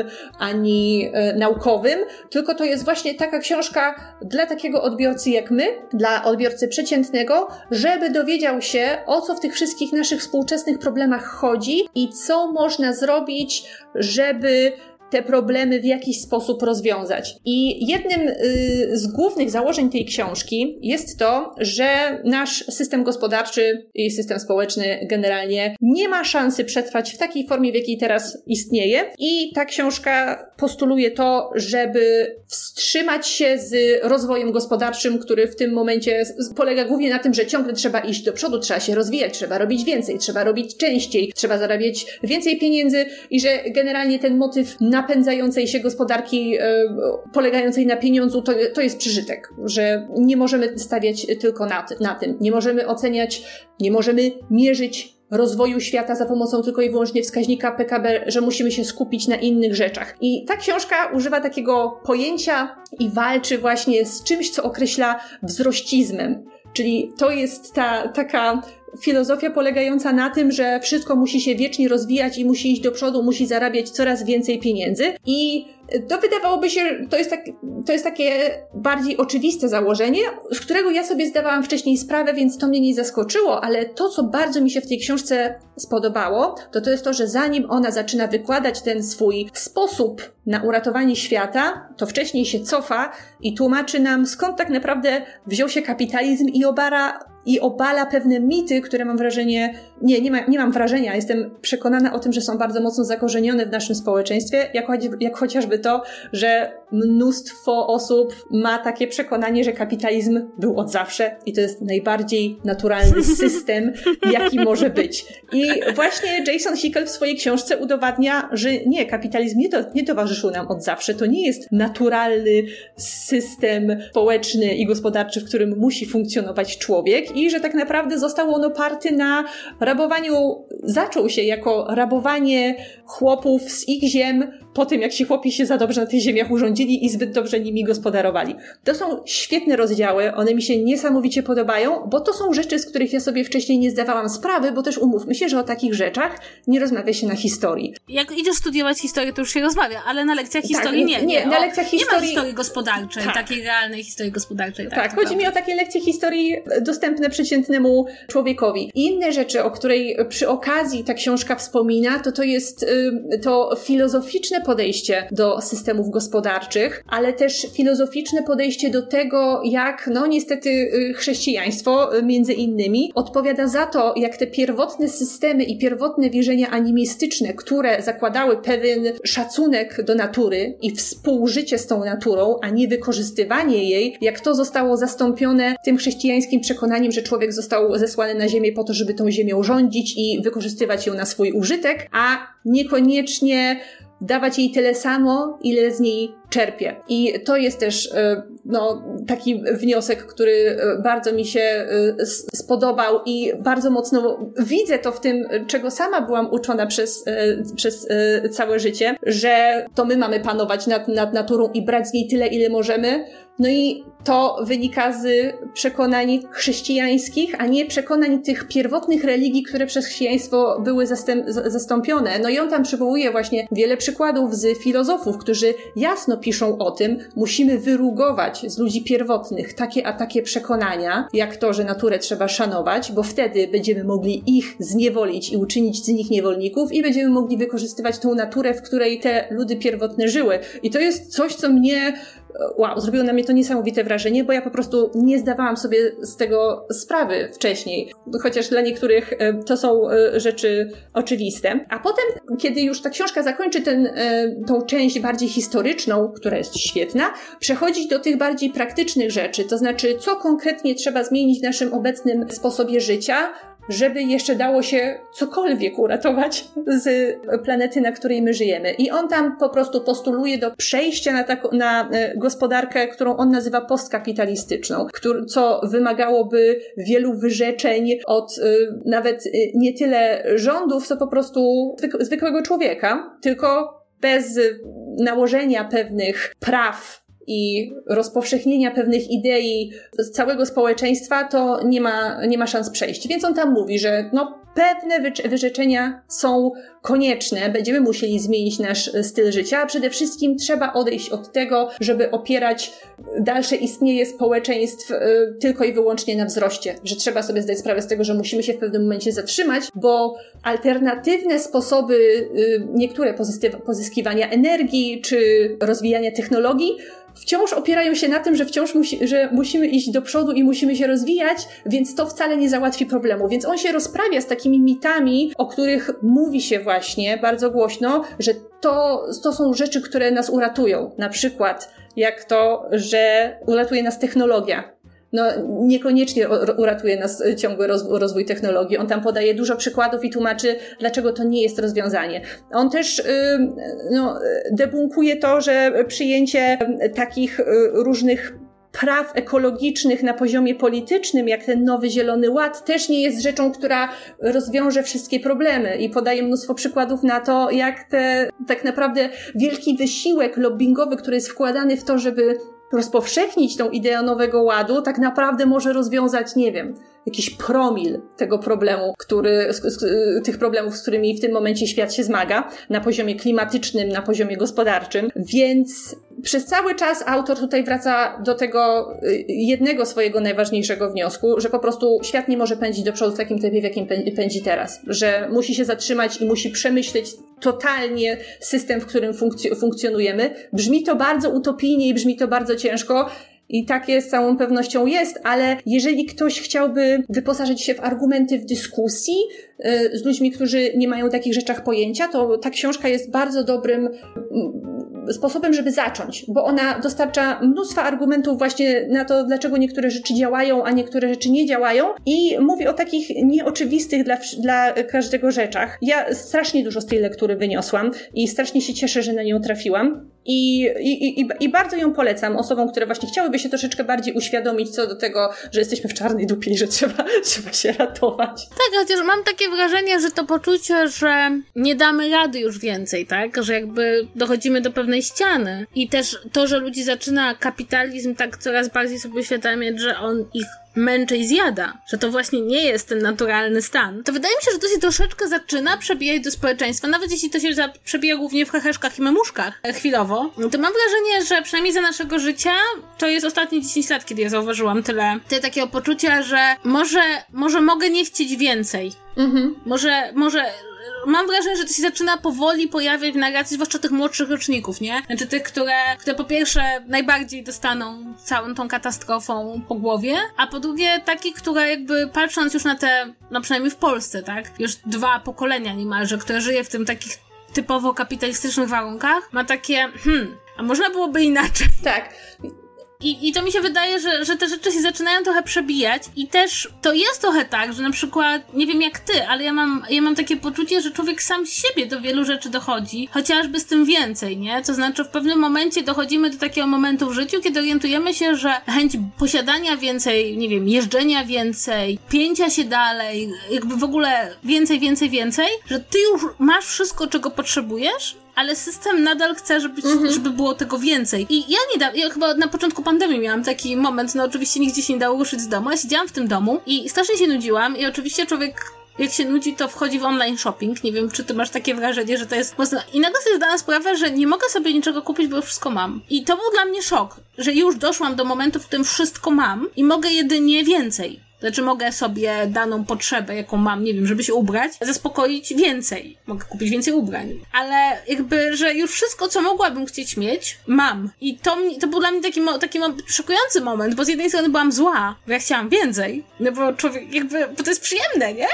ani naukowym, tylko to jest właśnie taka książka dla takiego odbiorcy jak my, dla odbiorcy przeciętnego, żeby dowiedział się, o co w tych wszystkich naszych współczesnych problemach chodzi i co można zrobić, żeby te problemy w jakiś sposób rozwiązać. I jednym z głównych założeń tej książki jest to, że nasz system gospodarczy i system społeczny generalnie nie ma szansy przetrwać w takiej formie, w jakiej teraz istnieje. I ta książka postuluje to, żeby wstrzymać się z rozwojem gospodarczym, który w tym momencie polega głównie na tym, że ciągle trzeba iść do przodu, trzeba się rozwijać, trzeba robić więcej, trzeba robić częściej, trzeba zarabiać więcej pieniędzy i że generalnie ten motyw napędzającej się gospodarki polegającej na pieniądzu, to jest przeżytek, że nie możemy stawiać tylko na tym. Nie możemy oceniać, nie możemy mierzyć rozwoju świata za pomocą tylko i wyłącznie wskaźnika PKB, że musimy się skupić na innych rzeczach. I ta książka używa takiego pojęcia i walczy właśnie z czymś, co określa wzrościzmem. Czyli to jest ta taka filozofia polegająca na tym, że wszystko musi się wiecznie rozwijać i musi iść do przodu, musi zarabiać coraz więcej pieniędzy. I to wydawałoby się, to jest takie bardziej oczywiste założenie, z którego ja sobie zdawałam wcześniej sprawę, więc to mnie nie zaskoczyło, ale to, co bardzo mi się w tej książce spodobało, to jest to, że zanim ona zaczyna wykładać ten swój sposób na uratowanie świata, to wcześniej się cofa i tłumaczy nam, skąd tak naprawdę wziął się kapitalizm i obala pewne mity, które mam wrażenie, nie mam wrażenia, jestem przekonana o tym, że są bardzo mocno zakorzenione w naszym społeczeństwie, jak chociażby to, że mnóstwo osób ma takie przekonanie, że kapitalizm był od zawsze i to jest najbardziej naturalny system, jaki może być. I właśnie Jason Hickel w swojej książce udowadnia, że nie, kapitalizm nie towarzyszył nam od zawsze, to nie jest naturalny system społeczny i gospodarczy, w którym musi funkcjonować człowiek i że tak naprawdę został on oparty na rabowaniu, zaczął się jako rabowanie chłopów z ich ziem po tym, jak ci chłopi się za dobrze na tych ziemiach urządzili i zbyt dobrze nimi gospodarowali. To są świetne rozdziały, one mi się niesamowicie podobają, bo to są rzeczy, z których ja sobie wcześniej nie zdawałam sprawy, bo też umówmy się, że o takich rzeczach nie rozmawia się na historii. Jak idziesz studiować historię, to już się rozmawia, ale na lekcjach historii nie na lekcjach historii... Nie ma historii gospodarczej, takiej realnej historii gospodarczej. Tak, chodzi mi o takie lekcje historii dostępne przeciętnemu człowiekowi. Inne rzeczy, o której przy okazji ta książka wspomina, to jest to filozoficzne podejście do systemów gospodarczych, ale też filozoficzne podejście do tego, jak niestety chrześcijaństwo między innymi odpowiada za to, jak te pierwotne systemy i pierwotne wierzenia animistyczne, które zakładały pewien szacunek do natury i współżycie z tą naturą, a nie wykorzystywanie jej, jak to zostało zastąpione tym chrześcijańskim przekonaniem, że człowiek został zesłany na ziemię po to, żeby tą ziemią rządzić i wykorzystywać ją na swój użytek, a niekoniecznie dawać jej tyle samo, ile z niej czerpie. I to jest też taki wniosek, który bardzo mi się spodobał i bardzo mocno widzę to w tym, czego sama byłam uczona przez całe życie, że to my mamy panować nad naturą i brać z niej tyle, ile możemy. No i to wynika z przekonań chrześcijańskich, a nie przekonań tych pierwotnych religii, które przez chrześcijaństwo były zastąpione. No i on tam przywołuje właśnie wiele przykładów z filozofów, którzy jasno piszą o tym, musimy wyrugować z ludzi pierwotnych takie przekonania, jak to, że naturę trzeba szanować, bo wtedy będziemy mogli ich zniewolić i uczynić z nich niewolników i będziemy mogli wykorzystywać tą naturę, w której te ludy pierwotne żyły. I to jest coś, co mnie zrobiło na mnie to niesamowite wrażenie, bo ja po prostu nie zdawałam sobie z tego sprawy wcześniej, chociaż dla niektórych to są rzeczy oczywiste. A potem, kiedy już ta książka zakończy tą część bardziej historyczną, która jest świetna, przechodzi do tych bardziej praktycznych rzeczy, to znaczy, co konkretnie trzeba zmienić w naszym obecnym sposobie życia, żeby jeszcze dało się cokolwiek uratować z planety, na której my żyjemy. I on tam po prostu postuluje do przejścia na gospodarkę, którą on nazywa postkapitalistyczną, co wymagałoby wielu wyrzeczeń od nawet nie tyle rządów, co po prostu zwykłego człowieka, tylko bez nałożenia pewnych praw i rozpowszechnienia pewnych idei z całego społeczeństwa, to nie ma szans przejść. Więc on tam mówi, że pewne wyrzeczenia są konieczne, będziemy musieli zmienić nasz styl życia, a przede wszystkim trzeba odejść od tego, żeby opierać dalsze istnienie społeczeństw tylko i wyłącznie na wzroście, że trzeba sobie zdać sprawę z tego, że musimy się w pewnym momencie zatrzymać, bo alternatywne sposoby, niektóre pozyskiwania energii czy rozwijania technologii wciąż opierają się na tym, że że musimy iść do przodu i musimy się rozwijać, więc to wcale nie załatwi problemu. Więc on się rozprawia z takimi mitami, o których mówi się właśnie bardzo głośno, że to są rzeczy, które nas uratują. Na przykład jak to, że uratuje nas technologia. niekoniecznie uratuje nas ciągły rozwój technologii. On tam podaje dużo przykładów i tłumaczy, dlaczego to nie jest rozwiązanie. On też debunkuje to, że przyjęcie takich różnych praw ekologicznych na poziomie politycznym, jak ten nowy Zielony Ład, też nie jest rzeczą, która rozwiąże wszystkie problemy i podaje mnóstwo przykładów na to, jak tak naprawdę wielki wysiłek lobbingowy, który jest wkładany w to, żeby rozpowszechnić tą ideę Nowego Ładu, tak naprawdę może rozwiązać, nie wiem, jakiś promil tego problemu, tych problemów, z którymi w tym momencie świat się zmaga, na poziomie klimatycznym, na poziomie gospodarczym. Więc przez cały czas autor tutaj wraca do tego jednego swojego najważniejszego wniosku, że po prostu świat nie może pędzić do przodu w takim tempie, w jakim pędzi teraz. Że musi się zatrzymać i musi przemyśleć totalnie system, w którym funkcjonujemy. Brzmi to bardzo utopijnie i brzmi to bardzo ciężko. I takie z całą pewnością jest, ale jeżeli ktoś chciałby wyposażyć się w argumenty w dyskusji z ludźmi, którzy nie mają o takich rzeczach pojęcia, to ta książka jest bardzo dobrym sposobem, żeby zacząć, bo ona dostarcza mnóstwa argumentów właśnie na to, dlaczego niektóre rzeczy działają, a niektóre rzeczy nie działają i mówi o takich nieoczywistych dla każdego rzeczach. Ja strasznie dużo z tej lektury wyniosłam i strasznie się cieszę, że na nią trafiłam. I bardzo ją polecam osobom, które właśnie chciałyby się troszeczkę bardziej uświadomić co do tego, że jesteśmy w czarnej dupie i że trzeba się ratować. Tak, chociaż mam takie wrażenie, że to poczucie, że nie damy rady już więcej, tak? Że jakby dochodzimy do pewnej ściany. I też to, że ludzi zaczyna kapitalizm tak coraz bardziej sobie uświadamiać, że on ich męczy i zjada, że to właśnie nie jest ten naturalny stan, to wydaje mi się, że to się troszeczkę zaczyna przebijać do społeczeństwa, nawet jeśli to się przebija głównie w heheszkach i memuszkach chwilowo, to mam wrażenie, że przynajmniej za naszego życia to jest ostatnie 10 lat, kiedy ja zauważyłam tyle takiego poczucia, że może mogę nie chcieć więcej. Może mam wrażenie, że to się zaczyna powoli pojawiać w narracji, zwłaszcza tych młodszych roczników, nie? Znaczy tych, które po pierwsze najbardziej dostaną całą tą katastrofą po głowie, a po drugie takich, które jakby patrząc już na te, no przynajmniej w Polsce, tak? Już 2 pokolenia niemalże, które żyje w tym takich typowo kapitalistycznych warunkach, ma takie, a można byłoby inaczej. Tak. I to mi się wydaje, że te rzeczy się zaczynają trochę przebijać i też to jest trochę tak, że na przykład, nie wiem jak ty, ale ja mam takie poczucie, że człowiek sam z siebie do wielu rzeczy dochodzi, chociażby z tym więcej, nie? To znaczy w pewnym momencie dochodzimy do takiego momentu w życiu, kiedy orientujemy się, że chęć posiadania więcej, nie wiem, jeżdżenia więcej, pięcia się dalej, jakby w ogóle więcej, że ty już masz wszystko, czego potrzebujesz, ale system nadal chce, żeby było tego więcej. I ja chyba na początku pandemii miałam taki moment, no oczywiście nigdzie się nie dało ruszyć z domu, ja siedziałam w tym domu i strasznie się nudziłam i oczywiście człowiek jak się nudzi, to wchodzi w online shopping. Nie wiem, czy ty masz takie wrażenie, że to jest mocno... I nagle sobie zdałam sprawę, że nie mogę sobie niczego kupić, bo już wszystko mam. I to był dla mnie szok, że już doszłam do momentu, w którym wszystko mam i mogę jedynie więcej. Znaczy mogę sobie daną potrzebę, jaką mam, nie wiem, żeby się ubrać, zaspokoić więcej. Mogę kupić więcej ubrań. Ale jakby, że już wszystko, co mogłabym chcieć mieć, mam. I to był dla mnie taki szokujący moment, bo z jednej strony byłam zła, bo ja chciałam więcej, no bo człowiek jakby, bo to jest przyjemne, nie?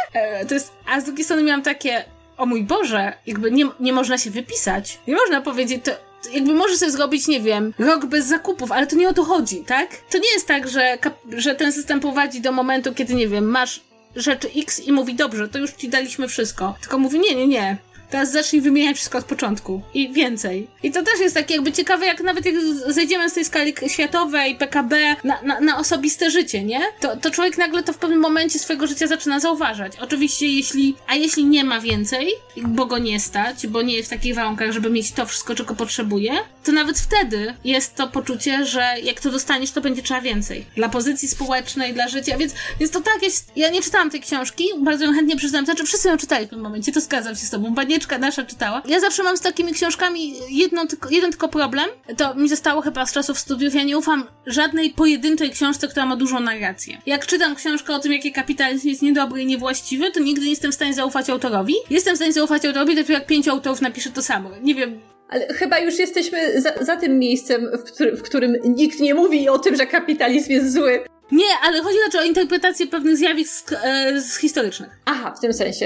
A z drugiej strony miałam takie, o mój Boże, jakby nie można się wypisać. Nie można powiedzieć, to jakby możesz sobie zrobić, nie wiem, rok bez zakupów, ale to nie o to chodzi, tak? To nie jest tak, że ten system prowadzi do momentu, kiedy, nie wiem, masz rzeczy X i mówi, dobrze, to już ci daliśmy wszystko. Tylko mówi, nie. Teraz zacznij wymieniać wszystko od początku. I więcej. I to też jest takie jakby ciekawe, jak nawet jak zejdziemy z tej skali światowej, PKB, na osobiste życie, nie? To człowiek nagle to w pewnym momencie swojego życia zaczyna zauważać. Oczywiście jeśli nie ma więcej, bo go nie stać, bo nie jest w takich warunkach, żeby mieć to wszystko, czego potrzebuje, to nawet wtedy jest to poczucie, że jak to dostaniesz, to będzie trzeba więcej. Dla pozycji społecznej, dla życia, więc to tak jest. Ja nie czytałam tej książki, bardzo ją chętnie przeczytałam, znaczy wszyscy ją czytali w tym momencie, to zgadzam się z tobą, Banieczka nasza czytała. Ja zawsze mam z takimi książkami jeden tylko problem, to mi zostało chyba z czasów studiów, ja nie ufam żadnej pojedynczej książce, która ma dużą narrację. Jak czytam książkę o tym, jaki kapitalizm jest niedobry i niewłaściwy, to nigdy nie jestem w stanie zaufać autorowi. Jestem w stanie zaufać autorowi, dopiero jak 5 autorów napisze to samo. Nie wiem. Ale chyba już jesteśmy za tym miejscem, w którym nikt nie mówi o tym, że kapitalizm jest zły. Nie, ale chodzi o interpretację pewnych zjawisk historycznych. Aha, w tym sensie.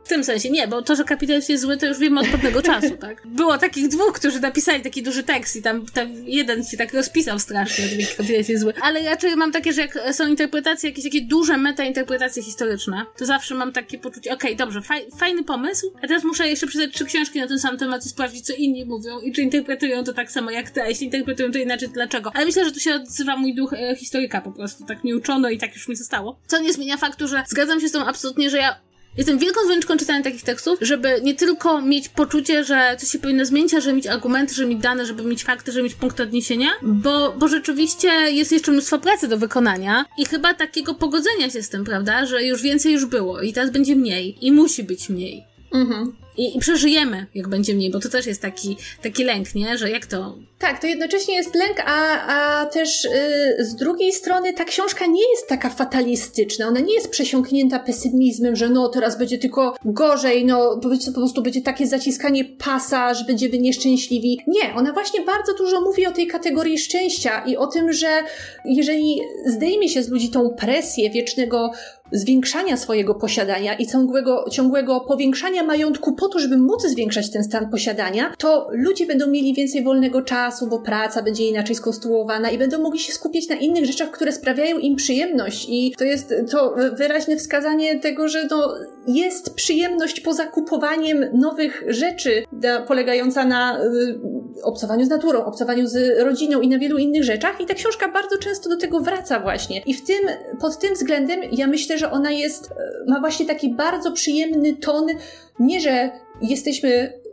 W tym sensie nie, bo to, że kapitalizm jest zły, to już wiemy od pewnego czasu, tak? Było takich dwóch, którzy napisali taki duży tekst i tam jeden się tak rozpisał strasznie, że kapitalizm jest zły. Ale raczej mam takie, że jak są interpretacje, jakieś takie duże metainterpretacje historyczne, to zawsze mam takie poczucie, okej, dobrze, fajny pomysł, a teraz muszę jeszcze przeczytać 3 książki na ten sam temat i sprawdzić, co inni mówią i czy interpretują to tak samo jak ty, a jeśli interpretują to inaczej, to dlaczego. Ale myślę, że tu się odzywa mój duch historyka po prostu, tak mi uczono i tak już mi zostało. Co nie zmienia faktu, że zgadzam się z tą absolutnie, że ja jestem wielką zwolenniczką czytania takich tekstów, żeby nie tylko mieć poczucie, że coś się powinno zmienić, a żeby mieć argumenty, żeby mieć dane, żeby mieć fakty, żeby mieć punkt odniesienia, bo rzeczywiście jest jeszcze mnóstwo pracy do wykonania i chyba takiego pogodzenia się z tym, prawda, że już więcej już było i teraz będzie mniej i musi być mniej. I przeżyjemy, jak będzie mniej, bo to też jest taki lęk, nie? Że jak to... Tak, to jednocześnie jest lęk, a też z drugiej strony ta książka nie jest taka fatalistyczna, ona nie jest przesiąknięta pesymizmem, że no teraz będzie tylko gorzej, no po prostu będzie takie zaciskanie pasa, że będziemy nieszczęśliwi. Nie, ona właśnie bardzo dużo mówi o tej kategorii szczęścia i o tym, że jeżeli zdejmie się z ludzi tą presję wiecznego zwiększania swojego posiadania i ciągłego powiększania majątku po to, żeby móc zwiększać ten stan posiadania, to ludzie będą mieli więcej wolnego czasu, bo praca będzie inaczej skonstruowana i będą mogli się skupić na innych rzeczach, które sprawiają im przyjemność i to jest to wyraźne wskazanie tego, że jest przyjemność poza kupowaniem nowych rzeczy, polegająca na obcowaniu z naturą, obcowaniu z rodziną i na wielu innych rzeczach i ta książka bardzo często do tego wraca właśnie. I pod tym względem ja myślę, że ona ma właśnie taki bardzo przyjemny ton, nie że jesteśmy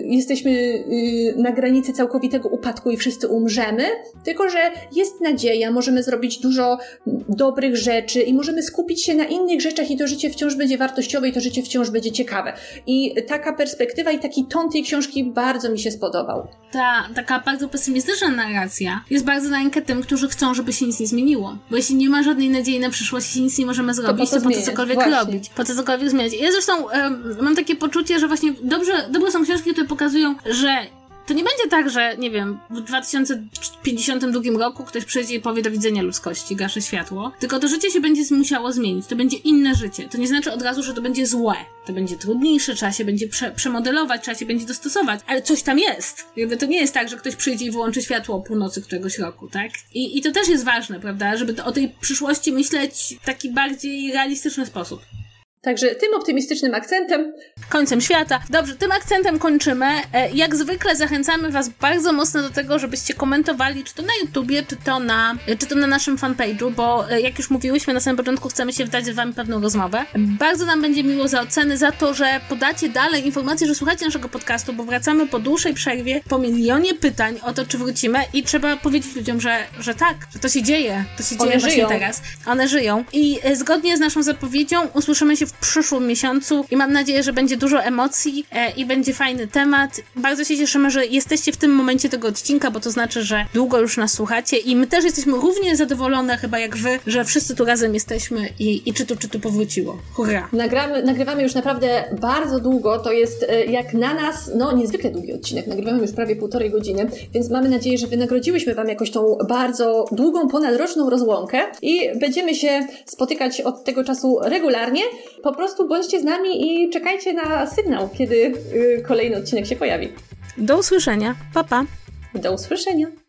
na granicy całkowitego upadku i wszyscy umrzemy, tylko że jest nadzieja, możemy zrobić dużo dobrych rzeczy i możemy skupić się na innych rzeczach i to życie wciąż będzie wartościowe i to życie wciąż będzie ciekawe. I taka perspektywa i taki ton tej książki bardzo mi się spodobał. Taka bardzo pesymistyczna narracja jest bardzo na rękę tym, którzy chcą, żeby się nic nie zmieniło. Bo jeśli nie ma żadnej nadziei na przyszłość, jeśli nic nie możemy zrobić, to po co cokolwiek robić? Po co cokolwiek zmieniać? Ja zresztą mam takie poczucie, że właśnie dobre są książki, które pokazują, że to nie będzie tak, że, nie wiem, w 2052 roku ktoś przyjdzie i powie do widzenia ludzkości, gaszę światło, tylko to życie się będzie musiało zmienić, to będzie inne życie. To nie znaczy od razu, że to będzie złe. To będzie trudniejsze, trzeba się będzie przemodelować, trzeba się będzie dostosować, ale coś tam jest. Jakby to nie jest tak, że ktoś przyjdzie i wyłączy światło o północy któregoś roku, tak? I to też jest ważne, prawda, żeby o tej przyszłości myśleć w taki bardziej realistyczny sposób. Także tym optymistycznym akcentem... Końcem świata. Dobrze, tym akcentem kończymy. Jak zwykle zachęcamy was bardzo mocno do tego, żebyście komentowali, czy to na YouTubie, czy to na naszym fanpage'u, bo jak już mówiłyśmy na samym początku, chcemy się wdać z wami pewną rozmowę. Bardzo nam będzie miło za oceny, za to, że podacie dalej informacje, że słuchacie naszego podcastu, bo wracamy po dłuższej przerwie, po milionie pytań o to, czy wrócimy i trzeba powiedzieć ludziom, że tak, że to się dzieje. To się dzieje właśnie teraz. One żyją. I zgodnie z naszą zapowiedzią usłyszymy się w przyszłym miesiącu i mam nadzieję, że będzie dużo emocji i będzie fajny temat. Bardzo się cieszymy, że jesteście w tym momencie tego odcinka, bo to znaczy, że długo już nas słuchacie i my też jesteśmy równie zadowolone chyba jak wy, że wszyscy tu razem jesteśmy i czy tu powróciło. Hurra! Nagrywamy już naprawdę bardzo długo, to jest jak na nas, niezwykle długi odcinek, nagrywamy już prawie 1,5 godziny, więc mamy nadzieję, że wynagrodziłyśmy wam jakoś tą bardzo długą, ponadroczną rozłąkę i będziemy się spotykać od tego czasu regularnie. Po prostu bądźcie z nami i czekajcie na sygnał, kiedy kolejny odcinek się pojawi. Do usłyszenia. Pa, pa. Do usłyszenia.